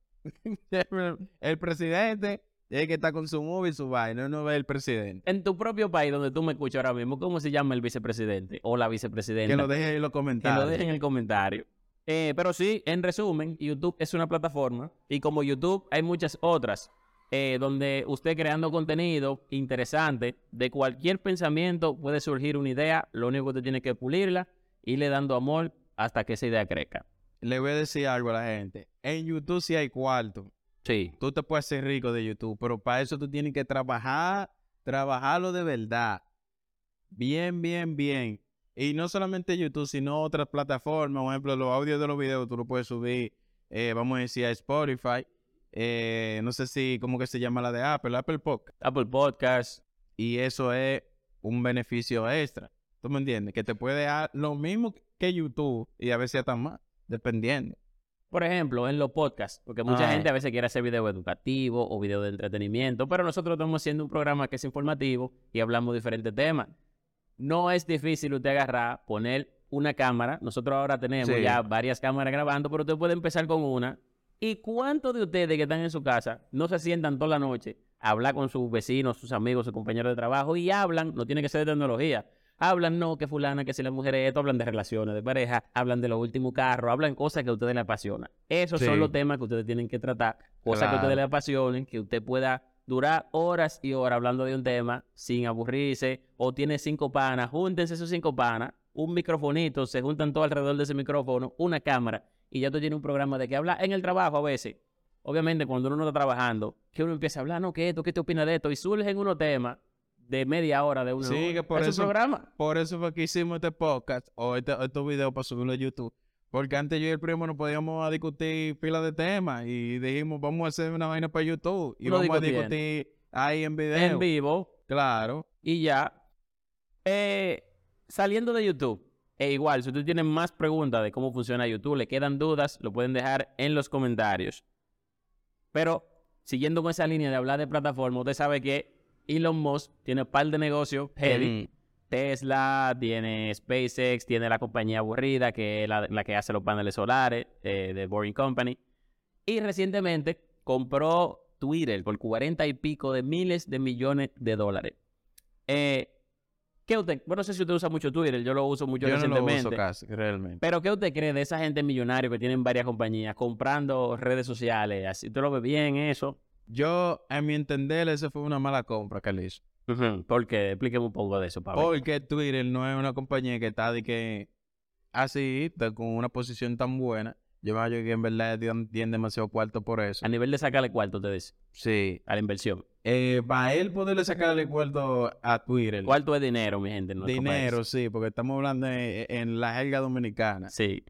El presidente es el que está con su móvil y su vaina, no ve el presidente. En tu propio país, donde tú me escuchas ahora mismo, ¿cómo se llama el vicepresidente o la vicepresidenta? Que lo deje ahí en los Que lo comentarios. dejen en el comentario. Eh, pero sí, en resumen, YouTube es una plataforma y como YouTube hay muchas otras eh, donde usted creando contenido interesante de cualquier pensamiento puede surgir una idea, lo único que usted tiene que pulirla, irle dando amor hasta que esa idea crezca. Le voy a decir algo a la gente. En YouTube sí hay cuarto. Sí, Tú te puedes ser rico de YouTube, pero para eso tú tienes que trabajar, trabajarlo de verdad. Bien, bien, bien. Y no solamente YouTube, sino otras plataformas. Por ejemplo, los audios de los videos tú lo puedes subir, eh, vamos a decir, a Spotify. Eh, no sé si, ¿cómo que se llama la de Apple? Apple Podcast. Apple Podcasts. Y eso es un beneficio extra. ¿Tú me entiendes? Que te puede dar lo mismo que YouTube y a veces hasta más, dependiendo. Por ejemplo, en los podcasts, porque mucha Ah. gente a veces quiere hacer video educativo o video de entretenimiento, pero nosotros estamos haciendo un programa que es informativo y hablamos de diferentes temas. No es difícil usted agarrar, poner una cámara. Nosotros ahora tenemos Sí. ya varias cámaras grabando, pero usted puede empezar con una. ¿Y cuántos de ustedes que están en su casa no se sientan toda la noche a hablar con sus vecinos, sus amigos, sus compañeros de trabajo y hablan, no tiene que ser de tecnología, hablan, no, que fulana, que si la mujer es esto, hablan de relaciones, de pareja, hablan de los últimos carros, hablan cosas que a ustedes les apasionan. Esos Sí. son los temas que ustedes tienen que tratar, cosas que a Claro. ustedes les apasionen, que usted pueda durar horas y horas hablando de un tema sin aburrirse, o tiene cinco panas, júntense esos cinco panas, un microfonito, se juntan todos alrededor de ese micrófono, una cámara, y ya tú tienes un programa de que hablar en el trabajo a veces. Obviamente, cuando uno no está trabajando, que uno empieza a hablar, no, que esto, ¿qué te opinas de esto? Y surgen unos temas de media hora, de una Sí, hora. que por es eso- un programa. Por eso fue que hicimos este podcast o este, estos videos para subirlo a YouTube. Porque antes yo y el primo nos podíamos a discutir pila de temas y dijimos, vamos a hacer una vaina para YouTube y Lo vamos a discutían. discutir ahí en video. En vivo, Claro. y ya. Eh, saliendo de YouTube, e igual, si ustedes tienen más preguntas de cómo funciona YouTube, le quedan dudas, lo pueden dejar en los comentarios. Pero, siguiendo con esa línea de hablar de plataforma, usted sabe que Elon Musk tiene un par de negocios heavy. Mm. Tesla, tiene SpaceX, tiene la compañía aburrida, que es la, la que hace los paneles solares, eh, de Boring Company. Y recientemente compró Twitter por cuarenta y pico de miles de millones de dólares. Eh, ¿qué usted? Bueno, no sé si usted usa mucho Twitter, yo lo uso mucho Yo no lo recientemente. uso casi, realmente. Pero ¿qué usted cree de esa gente millonaria que tienen varias compañías comprando redes sociales? Así, ¿tú lo ves bien eso? Yo, a mi entender, esa fue una mala compra que él hizo. Uh-huh. ¿Por qué? Explíqueme un poco de eso, Pablo. Porque Twitter no es una compañía que está de que así, está con una posición tan buena. Yo me hallo que en verdad tienen tienen demasiado cuarto por eso. A nivel de sacarle cuarto, te dice, Sí. a la inversión. Eh, para él poderle sacarle cuarto a Twitter. ¿Cuánto es dinero, mi gente? en nuestro Dinero, país? sí, porque estamos hablando de- en la jerga dominicana. Sí.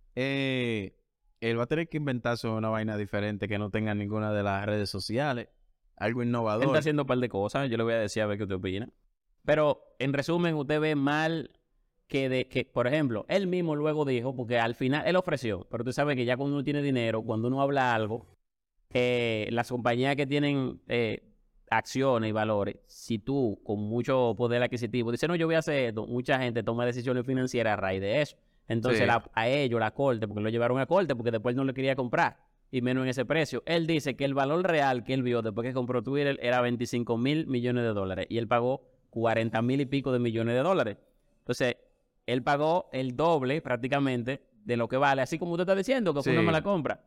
Eh, él va a tener que inventarse una vaina diferente que no tenga ninguna de las redes sociales. Algo Él está innovador. haciendo un par de cosas. Yo le voy a decir a ver qué usted opina. Pero, en resumen, usted ve mal que, de, que, por ejemplo, él mismo luego dijo, porque al final él ofreció, pero usted sabe que ya cuando uno tiene dinero, cuando uno habla algo, eh, las compañías que tienen eh, acciones y valores, si tú con mucho poder adquisitivo dices, no, yo voy a hacer esto, mucha gente toma decisiones financieras a raíz de eso. Entonces, Sí. la- a ellos, la corte, porque lo llevaron a corte, porque después no le quería comprar, y menos en ese precio. Él dice que el valor real que él vio después que compró Twitter era veinticinco mil millones de dólares, y él pagó cuarenta mil y pico de millones de dólares. Entonces, él pagó el doble prácticamente de lo que vale, así como usted está diciendo, que fue Sí. una mala compra.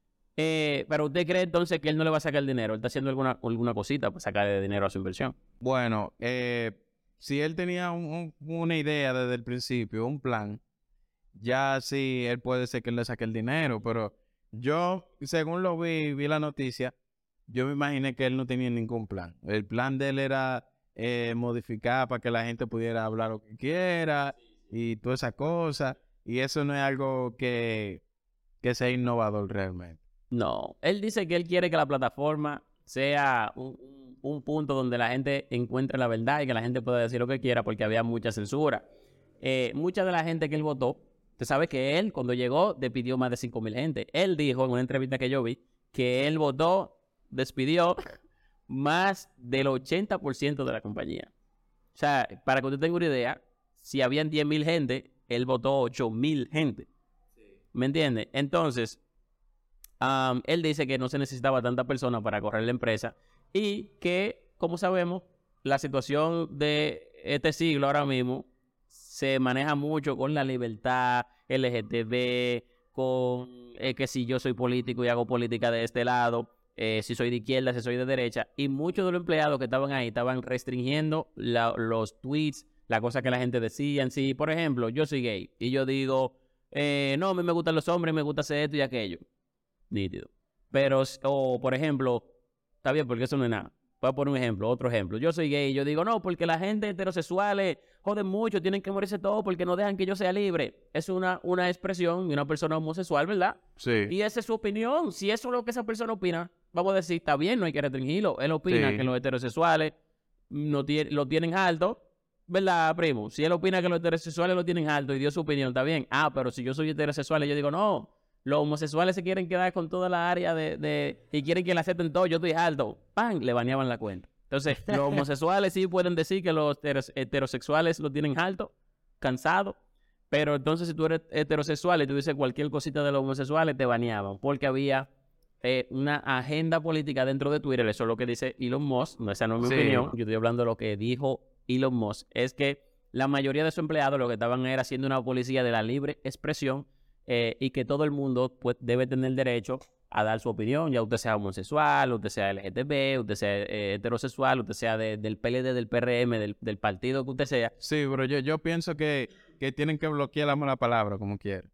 Eh, pero usted cree entonces que él no le va a sacar el dinero, él está haciendo alguna, alguna cosita para sacarle dinero a su inversión. Bueno, eh, si él tenía un, un, una idea desde el principio, un plan, ya sí, él puede ser que él le saque el dinero, pero yo, según lo vi, vi la noticia, yo me imaginé que él no tenía ningún plan. El plan de él era eh, modificar para que la gente pudiera hablar lo que quiera y toda esa cosa, y eso no es algo que, que sea innovador realmente. No, él dice que él quiere que la plataforma sea un, un, un punto donde la gente encuentre la verdad y que la gente pueda decir lo que quiera porque había mucha censura. Eh, mucha de la gente que él votó, usted sabe que él cuando llegó despidió más de cinco mil gente. Él dijo en una entrevista que yo vi que él votó, despidió más del ochenta por ciento de la compañía. O sea, para que usted tenga una idea, si habían diez mil gente, él votó ocho mil gente. ¿Me entiende? Entonces, um, él dice que no se necesitaba tanta persona para correr la empresa y que, como sabemos, la situación de este siglo ahora mismo se maneja mucho con la libertad L G T B, con eh, que si yo soy político y hago política de este lado, eh, si soy de izquierda, si soy de derecha, y muchos de los empleados que estaban ahí estaban restringiendo la, los tweets, la cosa que la gente decía en sí. Por ejemplo, yo soy gay y yo digo, eh, no, a mí me gustan los hombres, me gusta hacer esto y aquello. Nítido. Pero, o por ejemplo, está bien porque eso no es nada. Voy a poner un ejemplo, otro ejemplo. Yo soy gay y yo digo, no, porque la gente heterosexuales joden mucho, tienen que morirse todos porque no dejan que yo sea libre. Es una, una expresión de una persona homosexual, ¿verdad? Sí. Y esa es su opinión. Si eso es lo que esa persona opina, vamos a decir, está bien, no hay que restringirlo. Él opina Sí. que los heterosexuales no tiene, lo tienen alto, ¿verdad, primo? Si él opina que los heterosexuales lo tienen alto y dio su opinión, está bien. Ah, pero si yo soy heterosexual y yo digo, no, los homosexuales se quieren quedar con toda la área de, de y quieren que la acepten todo, yo estoy alto. ¡Pam! Le baneaban la cuenta. Entonces, los homosexuales sí pueden decir que los heteros heterosexuales lo tienen alto, cansado. Pero entonces si tú eres heterosexual y tú dices cualquier cosita de los homosexuales, te baneaban. Porque había eh, una agenda política dentro de Twitter. Eso es lo que dice Elon Musk. No, esa no es mi Sí. opinión. Yo estoy hablando de lo que dijo Elon Musk. Es que la mayoría de sus empleados lo que estaban era haciendo una policía de la libre expresión. Eh, y que todo el mundo pues, debe tener derecho a dar su opinión, ya usted sea homosexual, usted sea L G T B, usted sea eh, heterosexual, usted sea de, del P L D, del P R M, del, del partido que usted sea. Sí, pero yo, yo pienso que, que tienen que bloquear la mala palabra como quieran.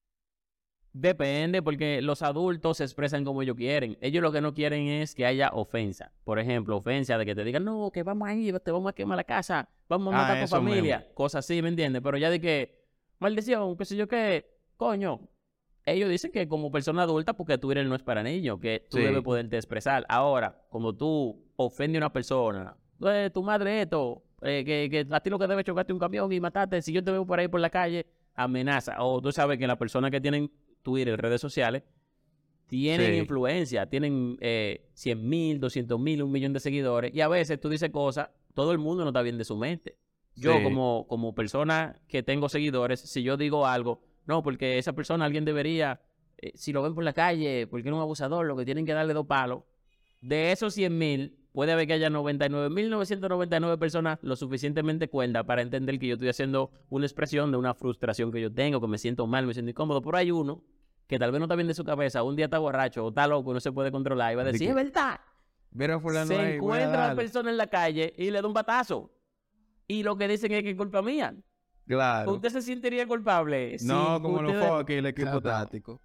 Depende, porque los adultos se expresan como ellos quieren. Ellos lo que no quieren es que haya ofensa. Por ejemplo, ofensa de que te digan, no, que vamos a ir, te vamos a quemar la casa, vamos a Ah, matar a tu eso familia. mismo. Cosas así, ¿me entiendes? Pero ya de que, maldición, qué sé yo qué, coño. Ellos dicen que como persona adulta, porque Twitter no es para niños, que tú Sí. debes poderte expresar. Ahora, como tú ofendes a una persona, eh, tu madre esto, eh, que, que a ti lo que debe chocarte un camión y matarte, si yo te veo por ahí por la calle, amenaza. O tú sabes que las personas que tienen Twitter, redes sociales, tienen Sí. influencia, tienen eh, cien mil, doscientos mil, un millón de seguidores, y a veces tú dices cosas, todo el mundo no está bien de su mente. Yo Sí. como, como persona que tengo seguidores, si yo digo algo, no, porque esa persona alguien debería, eh, si lo ven por la calle, porque es un abusador, lo que tienen que darle dos palos. De esos cien mil, puede haber que haya noventa y nueve mil novecientas noventa y nueve personas lo suficientemente cuenta para entender que yo estoy haciendo una expresión de una frustración que yo tengo, que me siento mal, me siento incómodo. Pero hay uno que tal vez no está bien de su cabeza, un día está borracho o está loco y no se puede controlar y va a ¿De decir, qué? es verdad. Mira, fulano Se ahí, voy a encuentra la darle. persona en la calle y le da un batazo. Y lo que dicen es que es culpa mía. Claro. ¿Usted se sentiría culpable? No, si como los usted- foques y el equipo Claro. táctico.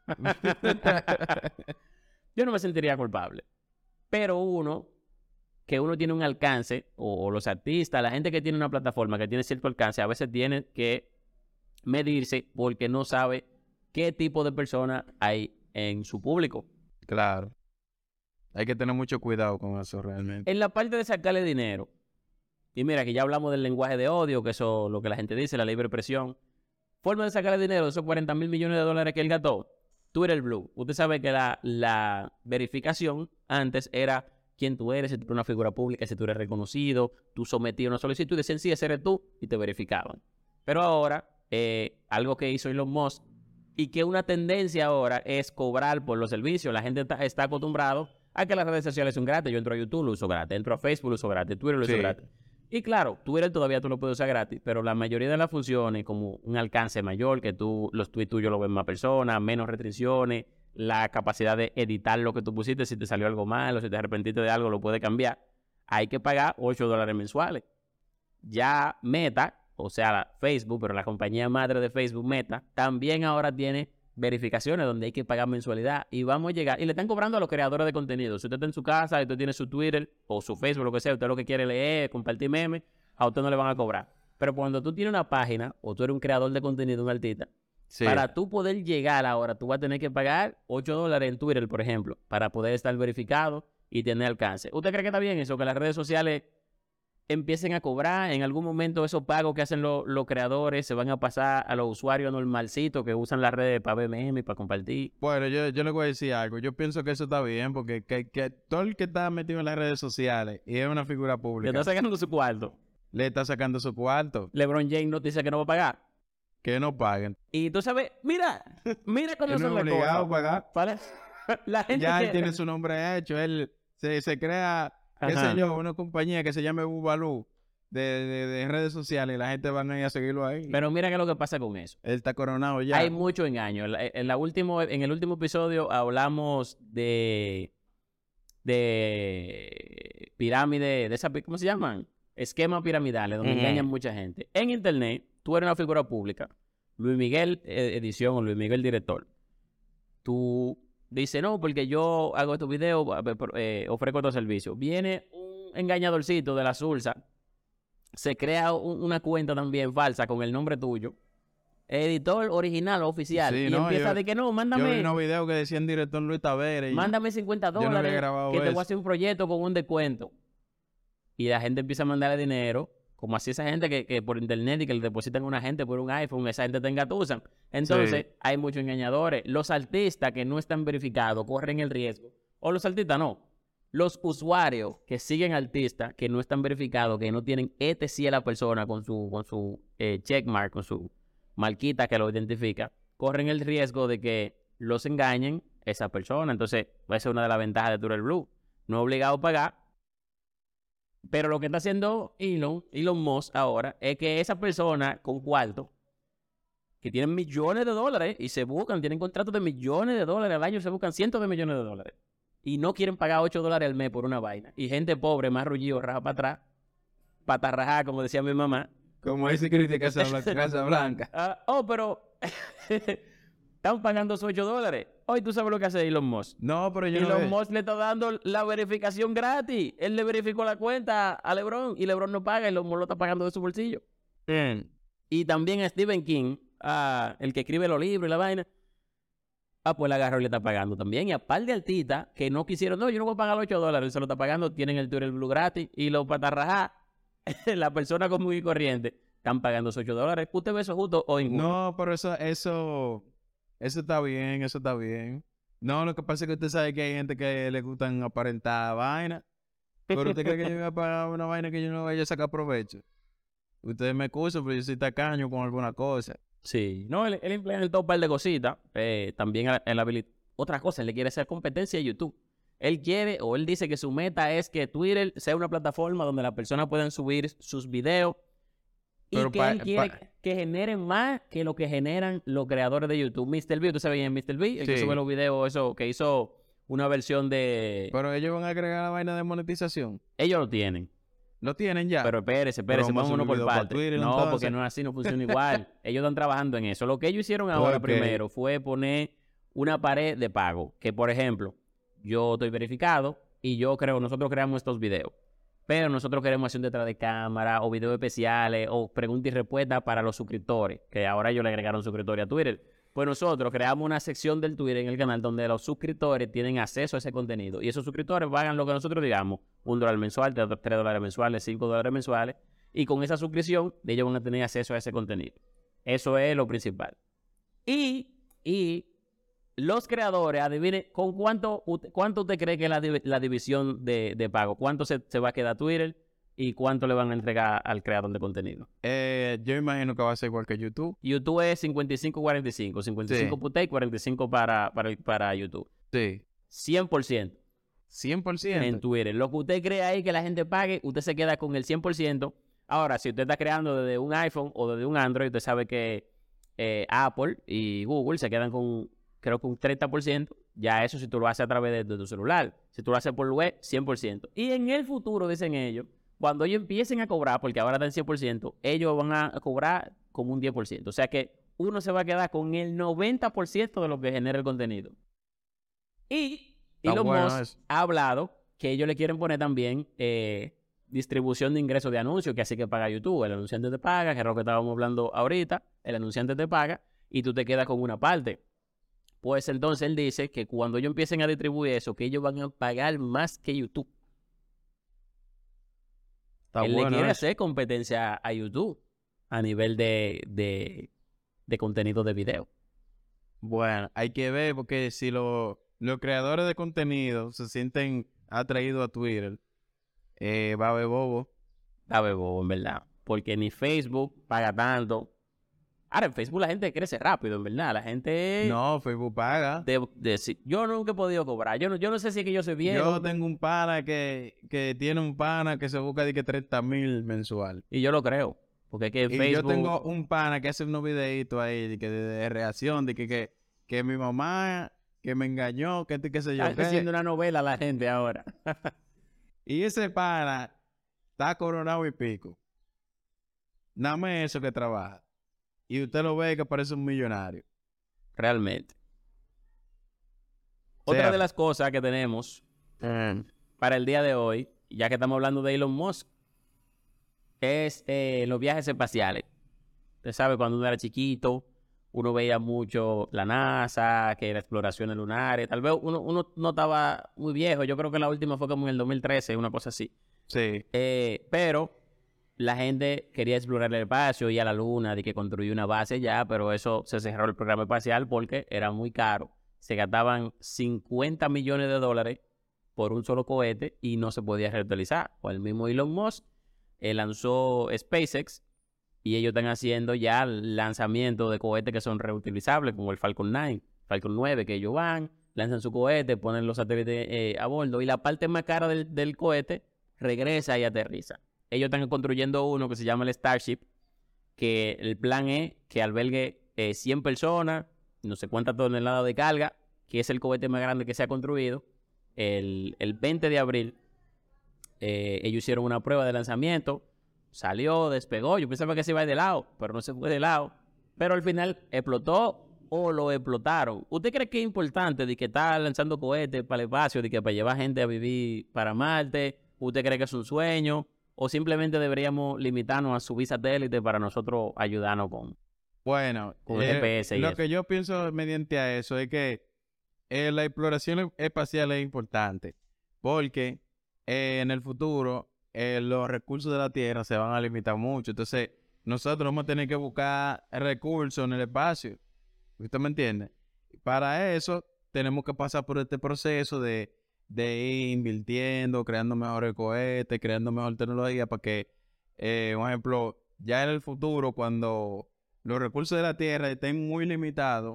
Yo no me sentiría culpable. Pero uno, que uno tiene un alcance, o, o los artistas, la gente que tiene una plataforma que tiene cierto alcance, a veces tiene que medirse porque no sabe qué tipo de persona hay en su público. Claro. Hay que tener mucho cuidado con eso realmente. En la parte de sacarle dinero, y mira que ya hablamos del lenguaje de odio, que eso es lo que la gente dice, la libre expresión. Forma de sacarle dinero de esos cuarenta mil millones de dólares que él gastó. Twitter Blue. Usted sabe que la, la verificación antes era quién tú eres, si tú eres una figura pública, si tú eres reconocido, tú sometías una solicitud y decían, sí, ese eres tú, y te verificaban. Pero ahora, eh, algo que hizo Elon Musk, y que una tendencia ahora es cobrar por los servicios. La gente está, está acostumbrado a que las redes sociales son gratis. Yo entro a YouTube, lo uso gratis. Entro a Facebook, lo uso gratis. Twitter, lo uso Sí. gratis. Y claro, Twitter todavía tú lo puedes usar gratis, pero la mayoría de las funciones, como un alcance mayor, que tú los tweets tuyos lo ven más personas, menos restricciones, la capacidad de editar lo que tú pusiste, si te salió algo mal o si te arrepentiste de algo, lo puedes cambiar. Hay que pagar ocho dólares mensuales. ya Meta, o sea, la Facebook, pero la compañía madre de Facebook, Meta, también ahora tiene verificaciones donde hay que pagar mensualidad y vamos a llegar, y le están cobrando a los creadores de contenido. Si usted está en su casa y usted tiene su Twitter o su Facebook, lo que sea, usted lo que quiere leer, compartir memes, a usted no le van a cobrar. Pero cuando tú tienes una página o tú eres un creador de contenido, un artista, sí. Para tú poder llegar ahora, tú vas a tener que pagar ocho dólares en Twitter, por ejemplo, para poder estar verificado y tener alcance. ¿Usted cree que está bien eso? Que las redes sociales empiecen a cobrar en algún momento esos pagos que hacen los, los creadores se van a pasar a los usuarios normalcitos que usan las redes para ver memes y para compartir. Bueno, yo, yo le voy a decir algo. Yo pienso que eso está bien porque que, que todo el que está metido en las redes sociales y es una figura pública le está sacando su cuarto. Le está sacando su cuarto. LeBron James nos dice que no va a pagar. Que no paguen. Y tú sabes, mira, mira cómo son las cosas. A pagar. ¿Vale? La gente ya que... él tiene su nombre hecho. Él se, se crea... qué sé yo, una compañía que se llame Bubalú de, de, de redes sociales y la gente van a ir a seguirlo ahí. Pero mira qué es lo que pasa con eso. Él está coronado ya. Hay mucho engaño. En, en, la último, en el último episodio hablamos de de pirámide, de esa, ¿cómo se llaman? Esquemas piramidales, donde uh-huh. engañan mucha gente. En internet, tú eres una figura pública. Luis Miguel edición o Luis Miguel director. Tú dice, no, porque yo hago estos videos, eh, ofrezco estos servicios. Viene un engañadorcito de la Sursa, se crea un, una cuenta también falsa con el nombre tuyo, editor original, oficial, sí, y no, empieza yo, de que no, mándame... Yo vi unos videos que decían director Luis Taveras. Mándame cincuenta dólares, no que te voy a hacer un proyecto con un descuento. Y la gente empieza a mandarle dinero, como así esa gente que, que por internet y que le depositan a una gente por un iPhone, esa gente te engatusan. Entonces, sí. hay muchos engañadores. Los artistas que no están verificados corren el riesgo. O los artistas no. Los usuarios que siguen artistas que no están verificados, que no tienen este sí a la persona con su, con su eh, checkmark, con su marquita que lo identifica, corren el riesgo de que los engañen esa persona. Entonces, esa es una de las ventajas de Twitter Blue. No es obligado a pagar. Pero lo que está haciendo Elon, Elon Musk ahora es que esa persona con cuarto, que tienen millones de dólares y se buscan, tienen contratos de millones de dólares al año, se buscan cientos de millones de dólares. Y no quieren pagar ocho dólares al mes por una vaina. Y gente pobre, más rullido, raja para atrás, patarrajá, como decía mi mamá. Como dice Cristian Casablanca. Casablanca. uh, oh, pero están pagando esos ocho dólares. Hoy tú sabes lo que hace Elon Musk. No, pero yo Elon no Musk le está dando la verificación gratis. Él le verificó la cuenta a LeBron y LeBron no paga y Elon Musk lo está pagando de su bolsillo. Bien. Y también a Stephen King, uh, el que escribe los libros y la vaina. Ah, pues la agarró y le está pagando también. Y a par de artistas que no quisieron, no, yo no voy a pagar los ocho dólares, él se lo está pagando, tienen el Twitter Blue gratis. Y los patarrajá, la persona común y corriente, están pagando esos ocho dólares. ¿Usted ve eso justo o injusto? No, pero eso, eso, eso está bien, eso está bien. No, lo que pasa es que usted sabe que hay gente que le gustan aparentar vaina. Pero usted cree que yo voy a pagar una vaina que yo no vaya a sacar provecho. Ustedes me excusan, pero yo soy tacaño con alguna cosa. Sí, no, él, él emplea en el top par de cositas. Eh, también él habilita otra cosa, él le quiere hacer competencia a YouTube. Él quiere, o él dice que su meta es que Twitter sea una plataforma donde las personas puedan subir sus videos y pero que pa, él quiere pa... que generen más que lo que generan los creadores de YouTube. míster B, ¿tú sabes quién es míster B? El sí. que sube los videos, eso, que hizo una versión de... Pero ellos van a agregar la vaina de monetización. Ellos lo tienen. Lo tienen ya. Pero espérese, espérese, vamos uno por parte. Twitter, no, entonces. Porque no es así, no funciona igual. Ellos están trabajando en eso. Lo que ellos hicieron ahora okay. primero fue poner una pared de pago. Que, por ejemplo, yo estoy verificado y yo creo, nosotros creamos estos videos. Pero nosotros queremos hacer un detrás de cámara o videos especiales o preguntas y respuestas para los suscriptores. Que ahora ellos le agregaron suscriptores a Twitter. Pues nosotros creamos una sección del Twitter en el canal donde los suscriptores tienen acceso a ese contenido. Y esos suscriptores pagan lo que nosotros digamos. Un dólar mensual, tres dólares mensuales, cinco dólares mensuales. Y con esa suscripción, ellos van a tener acceso a ese contenido. Eso es lo principal. Y, y los creadores, adivine, ¿con cuánto, cuánto usted cree que es la, la división de, de pago? ¿Cuánto se, se va a quedar Twitter? ¿Y cuánto le van a entregar al creador de contenido? Eh, yo imagino que va a ser igual que YouTube. YouTube es cincuenta y cinco cuarenta y cinco. cincuenta y cinco sí. Para usted y cuarenta y cinco para, para, para YouTube. Sí. cien por ciento. cien por ciento. En Twitter. Lo que usted cree ahí que la gente pague, usted se queda con el cien por ciento. Ahora, si usted está creando desde un iPhone o desde un Android, usted sabe que eh, Apple y Google se quedan con, creo que un treinta por ciento. Ya eso si tú lo haces a través de, de tu celular. Si tú lo haces por web, cien por ciento. Y en el futuro, dicen ellos, cuando ellos empiecen a cobrar, porque ahora están cien por ciento, ellos van a cobrar como un diez por ciento. O sea que uno se va a quedar con el noventa por ciento de lo que genera el contenido. Y Elon bueno Musk eso. ha hablado que ellos le quieren poner también eh, distribución de ingresos de anuncios, que así que paga YouTube. El anunciante te paga, que es lo que estábamos hablando ahorita. El anunciante te paga y tú te quedas con una parte. Pues entonces él dice que cuando ellos empiecen a distribuir eso, que ellos van a pagar más que YouTube. Está él bueno le quiere eso. hacer competencia a YouTube a nivel de, de, de contenido de video. Bueno, hay que ver porque si lo- los creadores de contenido se sienten atraídos a Twitter, eh, va a haber bobo. Da bebo, en verdad. Porque ni Facebook paga tanto. Ahora, en Facebook la gente crece rápido, en verdad. La gente... No, Facebook paga. De, de- si- yo nunca he podido cobrar. Yo no, yo no sé si es que yo soy viejo. Yo tengo un pana que, que tiene un pana que se busca de que treinta mil mensual. Y yo lo creo. Porque es que en Y Facebook... yo tengo un pana que hace unos videitos ahí de, que de, de reacción, de que, que, que mi mamá, que me engañó, que este qué sé yo Está qué. haciendo una novela a la gente ahora. Y ese pana está coronado y pico. Nada más eso que trabaja. Y usted lo ve que parece un millonario. Realmente. O sea, Otra de las cosas que tenemos eh, para el día de hoy, ya que estamos hablando de Elon Musk, es eh, los viajes espaciales. Usted sabe, cuando uno era chiquito, uno veía mucho la NASA, que era exploraciones lunares. Tal vez uno, uno no estaba muy viejo. Yo creo que la última fue como en el dos mil trece, una cosa así. sí. Eh, pero la gente quería explorar el espacio y a la luna, de que construyó una base ya, pero eso se cerró el programa espacial porque era muy caro. Se gastaban cincuenta millones de dólares por un solo cohete y no se podía reutilizar. O el mismo Elon Musk eh, lanzó SpaceX y ellos están haciendo ya lanzamientos de cohetes que son reutilizables, como el Falcon nueve, Falcon nueve, que ellos van, lanzan su cohete, ponen los satélites eh, a bordo y la parte más cara del, del cohete regresa y aterriza. Ellos están construyendo uno que se llama el Starship, que el plan es que albergue eh, cien personas, no sé cuántas toneladas de carga, que es el cohete más grande que se ha construido. El, el veinte de abril, eh, ellos hicieron una prueba de lanzamiento, salió, despegó. Yo pensaba que se iba de lado, pero no se fue de lado. Pero al final explotó o lo explotaron. ¿Usted cree que es importante de que está lanzando cohetes para el espacio, de que para llevar gente a vivir para Marte? ¿Usted cree que es un sueño? ¿O simplemente deberíamos limitarnos a subir satélites para nosotros ayudarnos con, Bueno, con el eh, G P S y lo eso? que yo pienso mediante a eso es que eh, la exploración espacial es importante porque eh, en el futuro eh, los recursos de la Tierra se van a limitar mucho. Entonces, nosotros vamos a tener que buscar recursos en el espacio. ¿Usted me entiende? Para eso, tenemos que pasar por este proceso de, de ir invirtiendo, creando mejores cohetes, creando mejor tecnología para que, eh, por ejemplo, ya en el futuro, cuando los recursos de la Tierra estén muy limitados,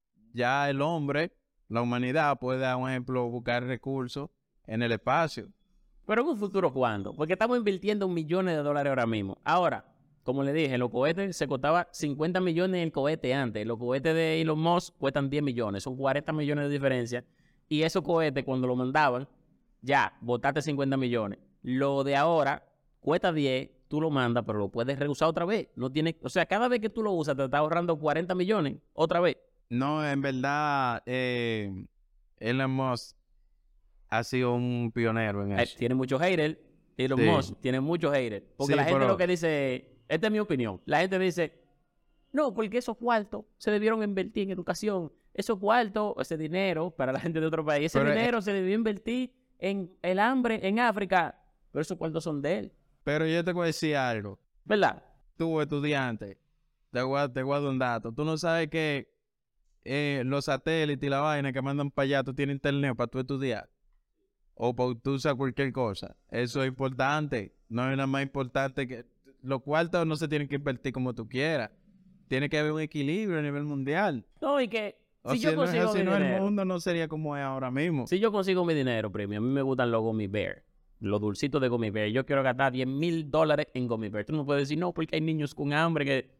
ya el hombre, la humanidad, puede, por ejemplo, buscar recursos en el espacio. Pero en un futuro, ¿cuándo? Porque estamos invirtiendo millones de dólares ahora mismo. Ahora, como le dije, los cohetes se costaba cincuenta millones el cohete antes. Los cohetes de Elon Musk cuestan diez millones. Son cuarenta millones de diferencia. Y esos cohetes, cuando lo mandaban, ya, botaste cincuenta millones. Lo de ahora cuesta diez, tú lo mandas, pero lo puedes reusar otra vez. No tiene, o sea, cada vez que tú lo usas, te estás ahorrando cuarenta millones otra vez. No, en verdad, eh, Elon Musk ha sido un pionero en Eh, eso. tiene muchos haters. Elon Sí. Musk tiene muchos haters. Porque Sí, la gente pero- lo que dice, esta es mi opinión, la gente dice, no, porque esos cuartos se debieron invertir en educación. Esos cuartos, ese dinero para la gente de otro país, ese Pero, eh, dinero se debió invertir en el hambre en África. Pero esos cuartos son de él, Pero yo te voy a decir algo. ¿verdad? Tú, estudiante, te voy a, te voy a dar un dato. Tú no sabes que eh, los satélites y la vaina que mandan para allá, tú tienes internet para tú estudiar. O para tú usar cualquier cosa. Eso es importante. No es nada más importante que... Los cuartos no se tienen que invertir como tú quieras. Tiene que haber un equilibrio a nivel mundial. No, y que O si si yo no es consigo así, mi no, el dinero, mundo no sería como es ahora mismo. si yo consigo mi dinero, premio, a mí me gustan los Gummy Bear, los dulcitos de Gummy Bear. Yo quiero gastar diez mil dólares en Gummy Bear. Tú no puedes decir, no, porque hay niños con hambre que...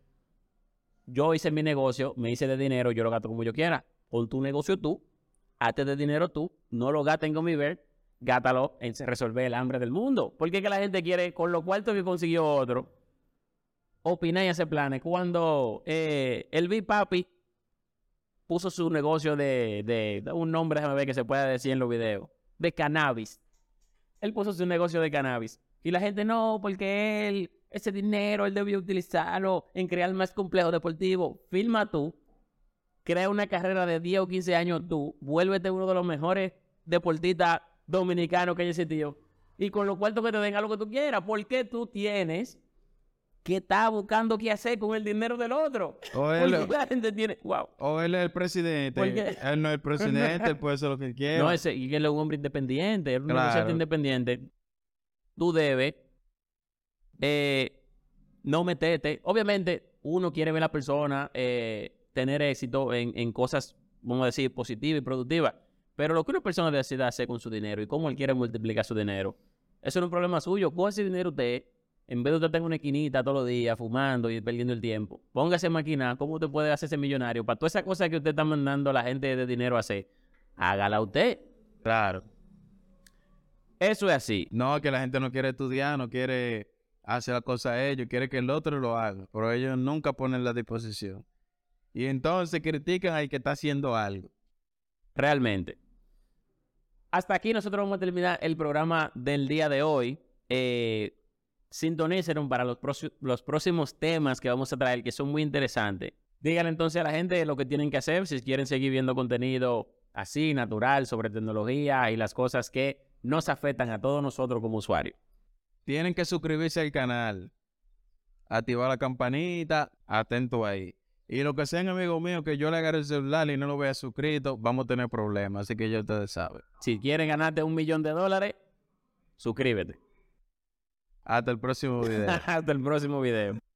Yo hice mi negocio, me hice de dinero, yo lo gasto como yo quiera. Pon tu negocio tú, hazte de dinero tú, no lo gastes en Gummy Bear gátalo en resolver el hambre del mundo. Porque es que la gente quiere, con lo cuarto que consiguió otro, opinar y hacer planes. Cuando eh, el Big Papi puso su negocio de, de, de un nombre, déjame ver que se pueda decir en los videos, de cannabis. Él puso su negocio de cannabis. Y la gente, no, porque él, ese dinero, él debió utilizarlo en crear más complejos deportivos. Filma tú, crea una carrera de diez o quince años tú, vuélvete uno de los mejores deportistas dominicanos que haya existido. Y con lo cuarto que te den a lo que tú quieras. ¿Por qué tú tienes que estar buscando qué hacer con el dinero del otro? O él, Porque la gente tiene, wow. O él es el presidente. Él no es el presidente, él puede hacer lo que quiera. No, ese, y él es un hombre independiente, él es un Claro. negociante independiente. Tú debes eh, no meterte. Obviamente, uno quiere ver a la persona eh, tener éxito en, en cosas, vamos a decir, positivas y productivas. Pero lo que una persona decide hacer con su dinero y cómo él quiere multiplicar su dinero, eso no es un problema suyo. Coge ese dinero usted, en vez de usted estar en una esquinita todos los días fumando y perdiendo el tiempo, póngase a maquinar cómo usted puede hacerse millonario para todas esas cosas que usted está mandando a la gente de dinero a hacer. Hágala usted. Claro. Eso es así. No, que la gente no quiere estudiar, no quiere hacer la cosa a ellos, quiere que el otro lo haga, pero ellos nunca ponen la disposición. Y entonces critican al que está haciendo algo. Realmente. Hasta aquí nosotros vamos a terminar el programa del día de hoy. Eh, sintonicen para los, los próximos temas que vamos a traer, que son muy interesantes. Díganle entonces a la gente lo que tienen que hacer si quieren seguir viendo contenido así, natural, sobre tecnología y las cosas que nos afectan a todos nosotros como usuarios. Tienen que suscribirse al canal, activar la campanita, atento ahí. Y lo que sean amigos míos que yo le agarre el celular y no lo vea suscrito, vamos a tener problemas, así que ya ustedes saben. Si quieren ganarte un millón de dólares, suscríbete. Hasta el próximo video. Hasta el próximo video.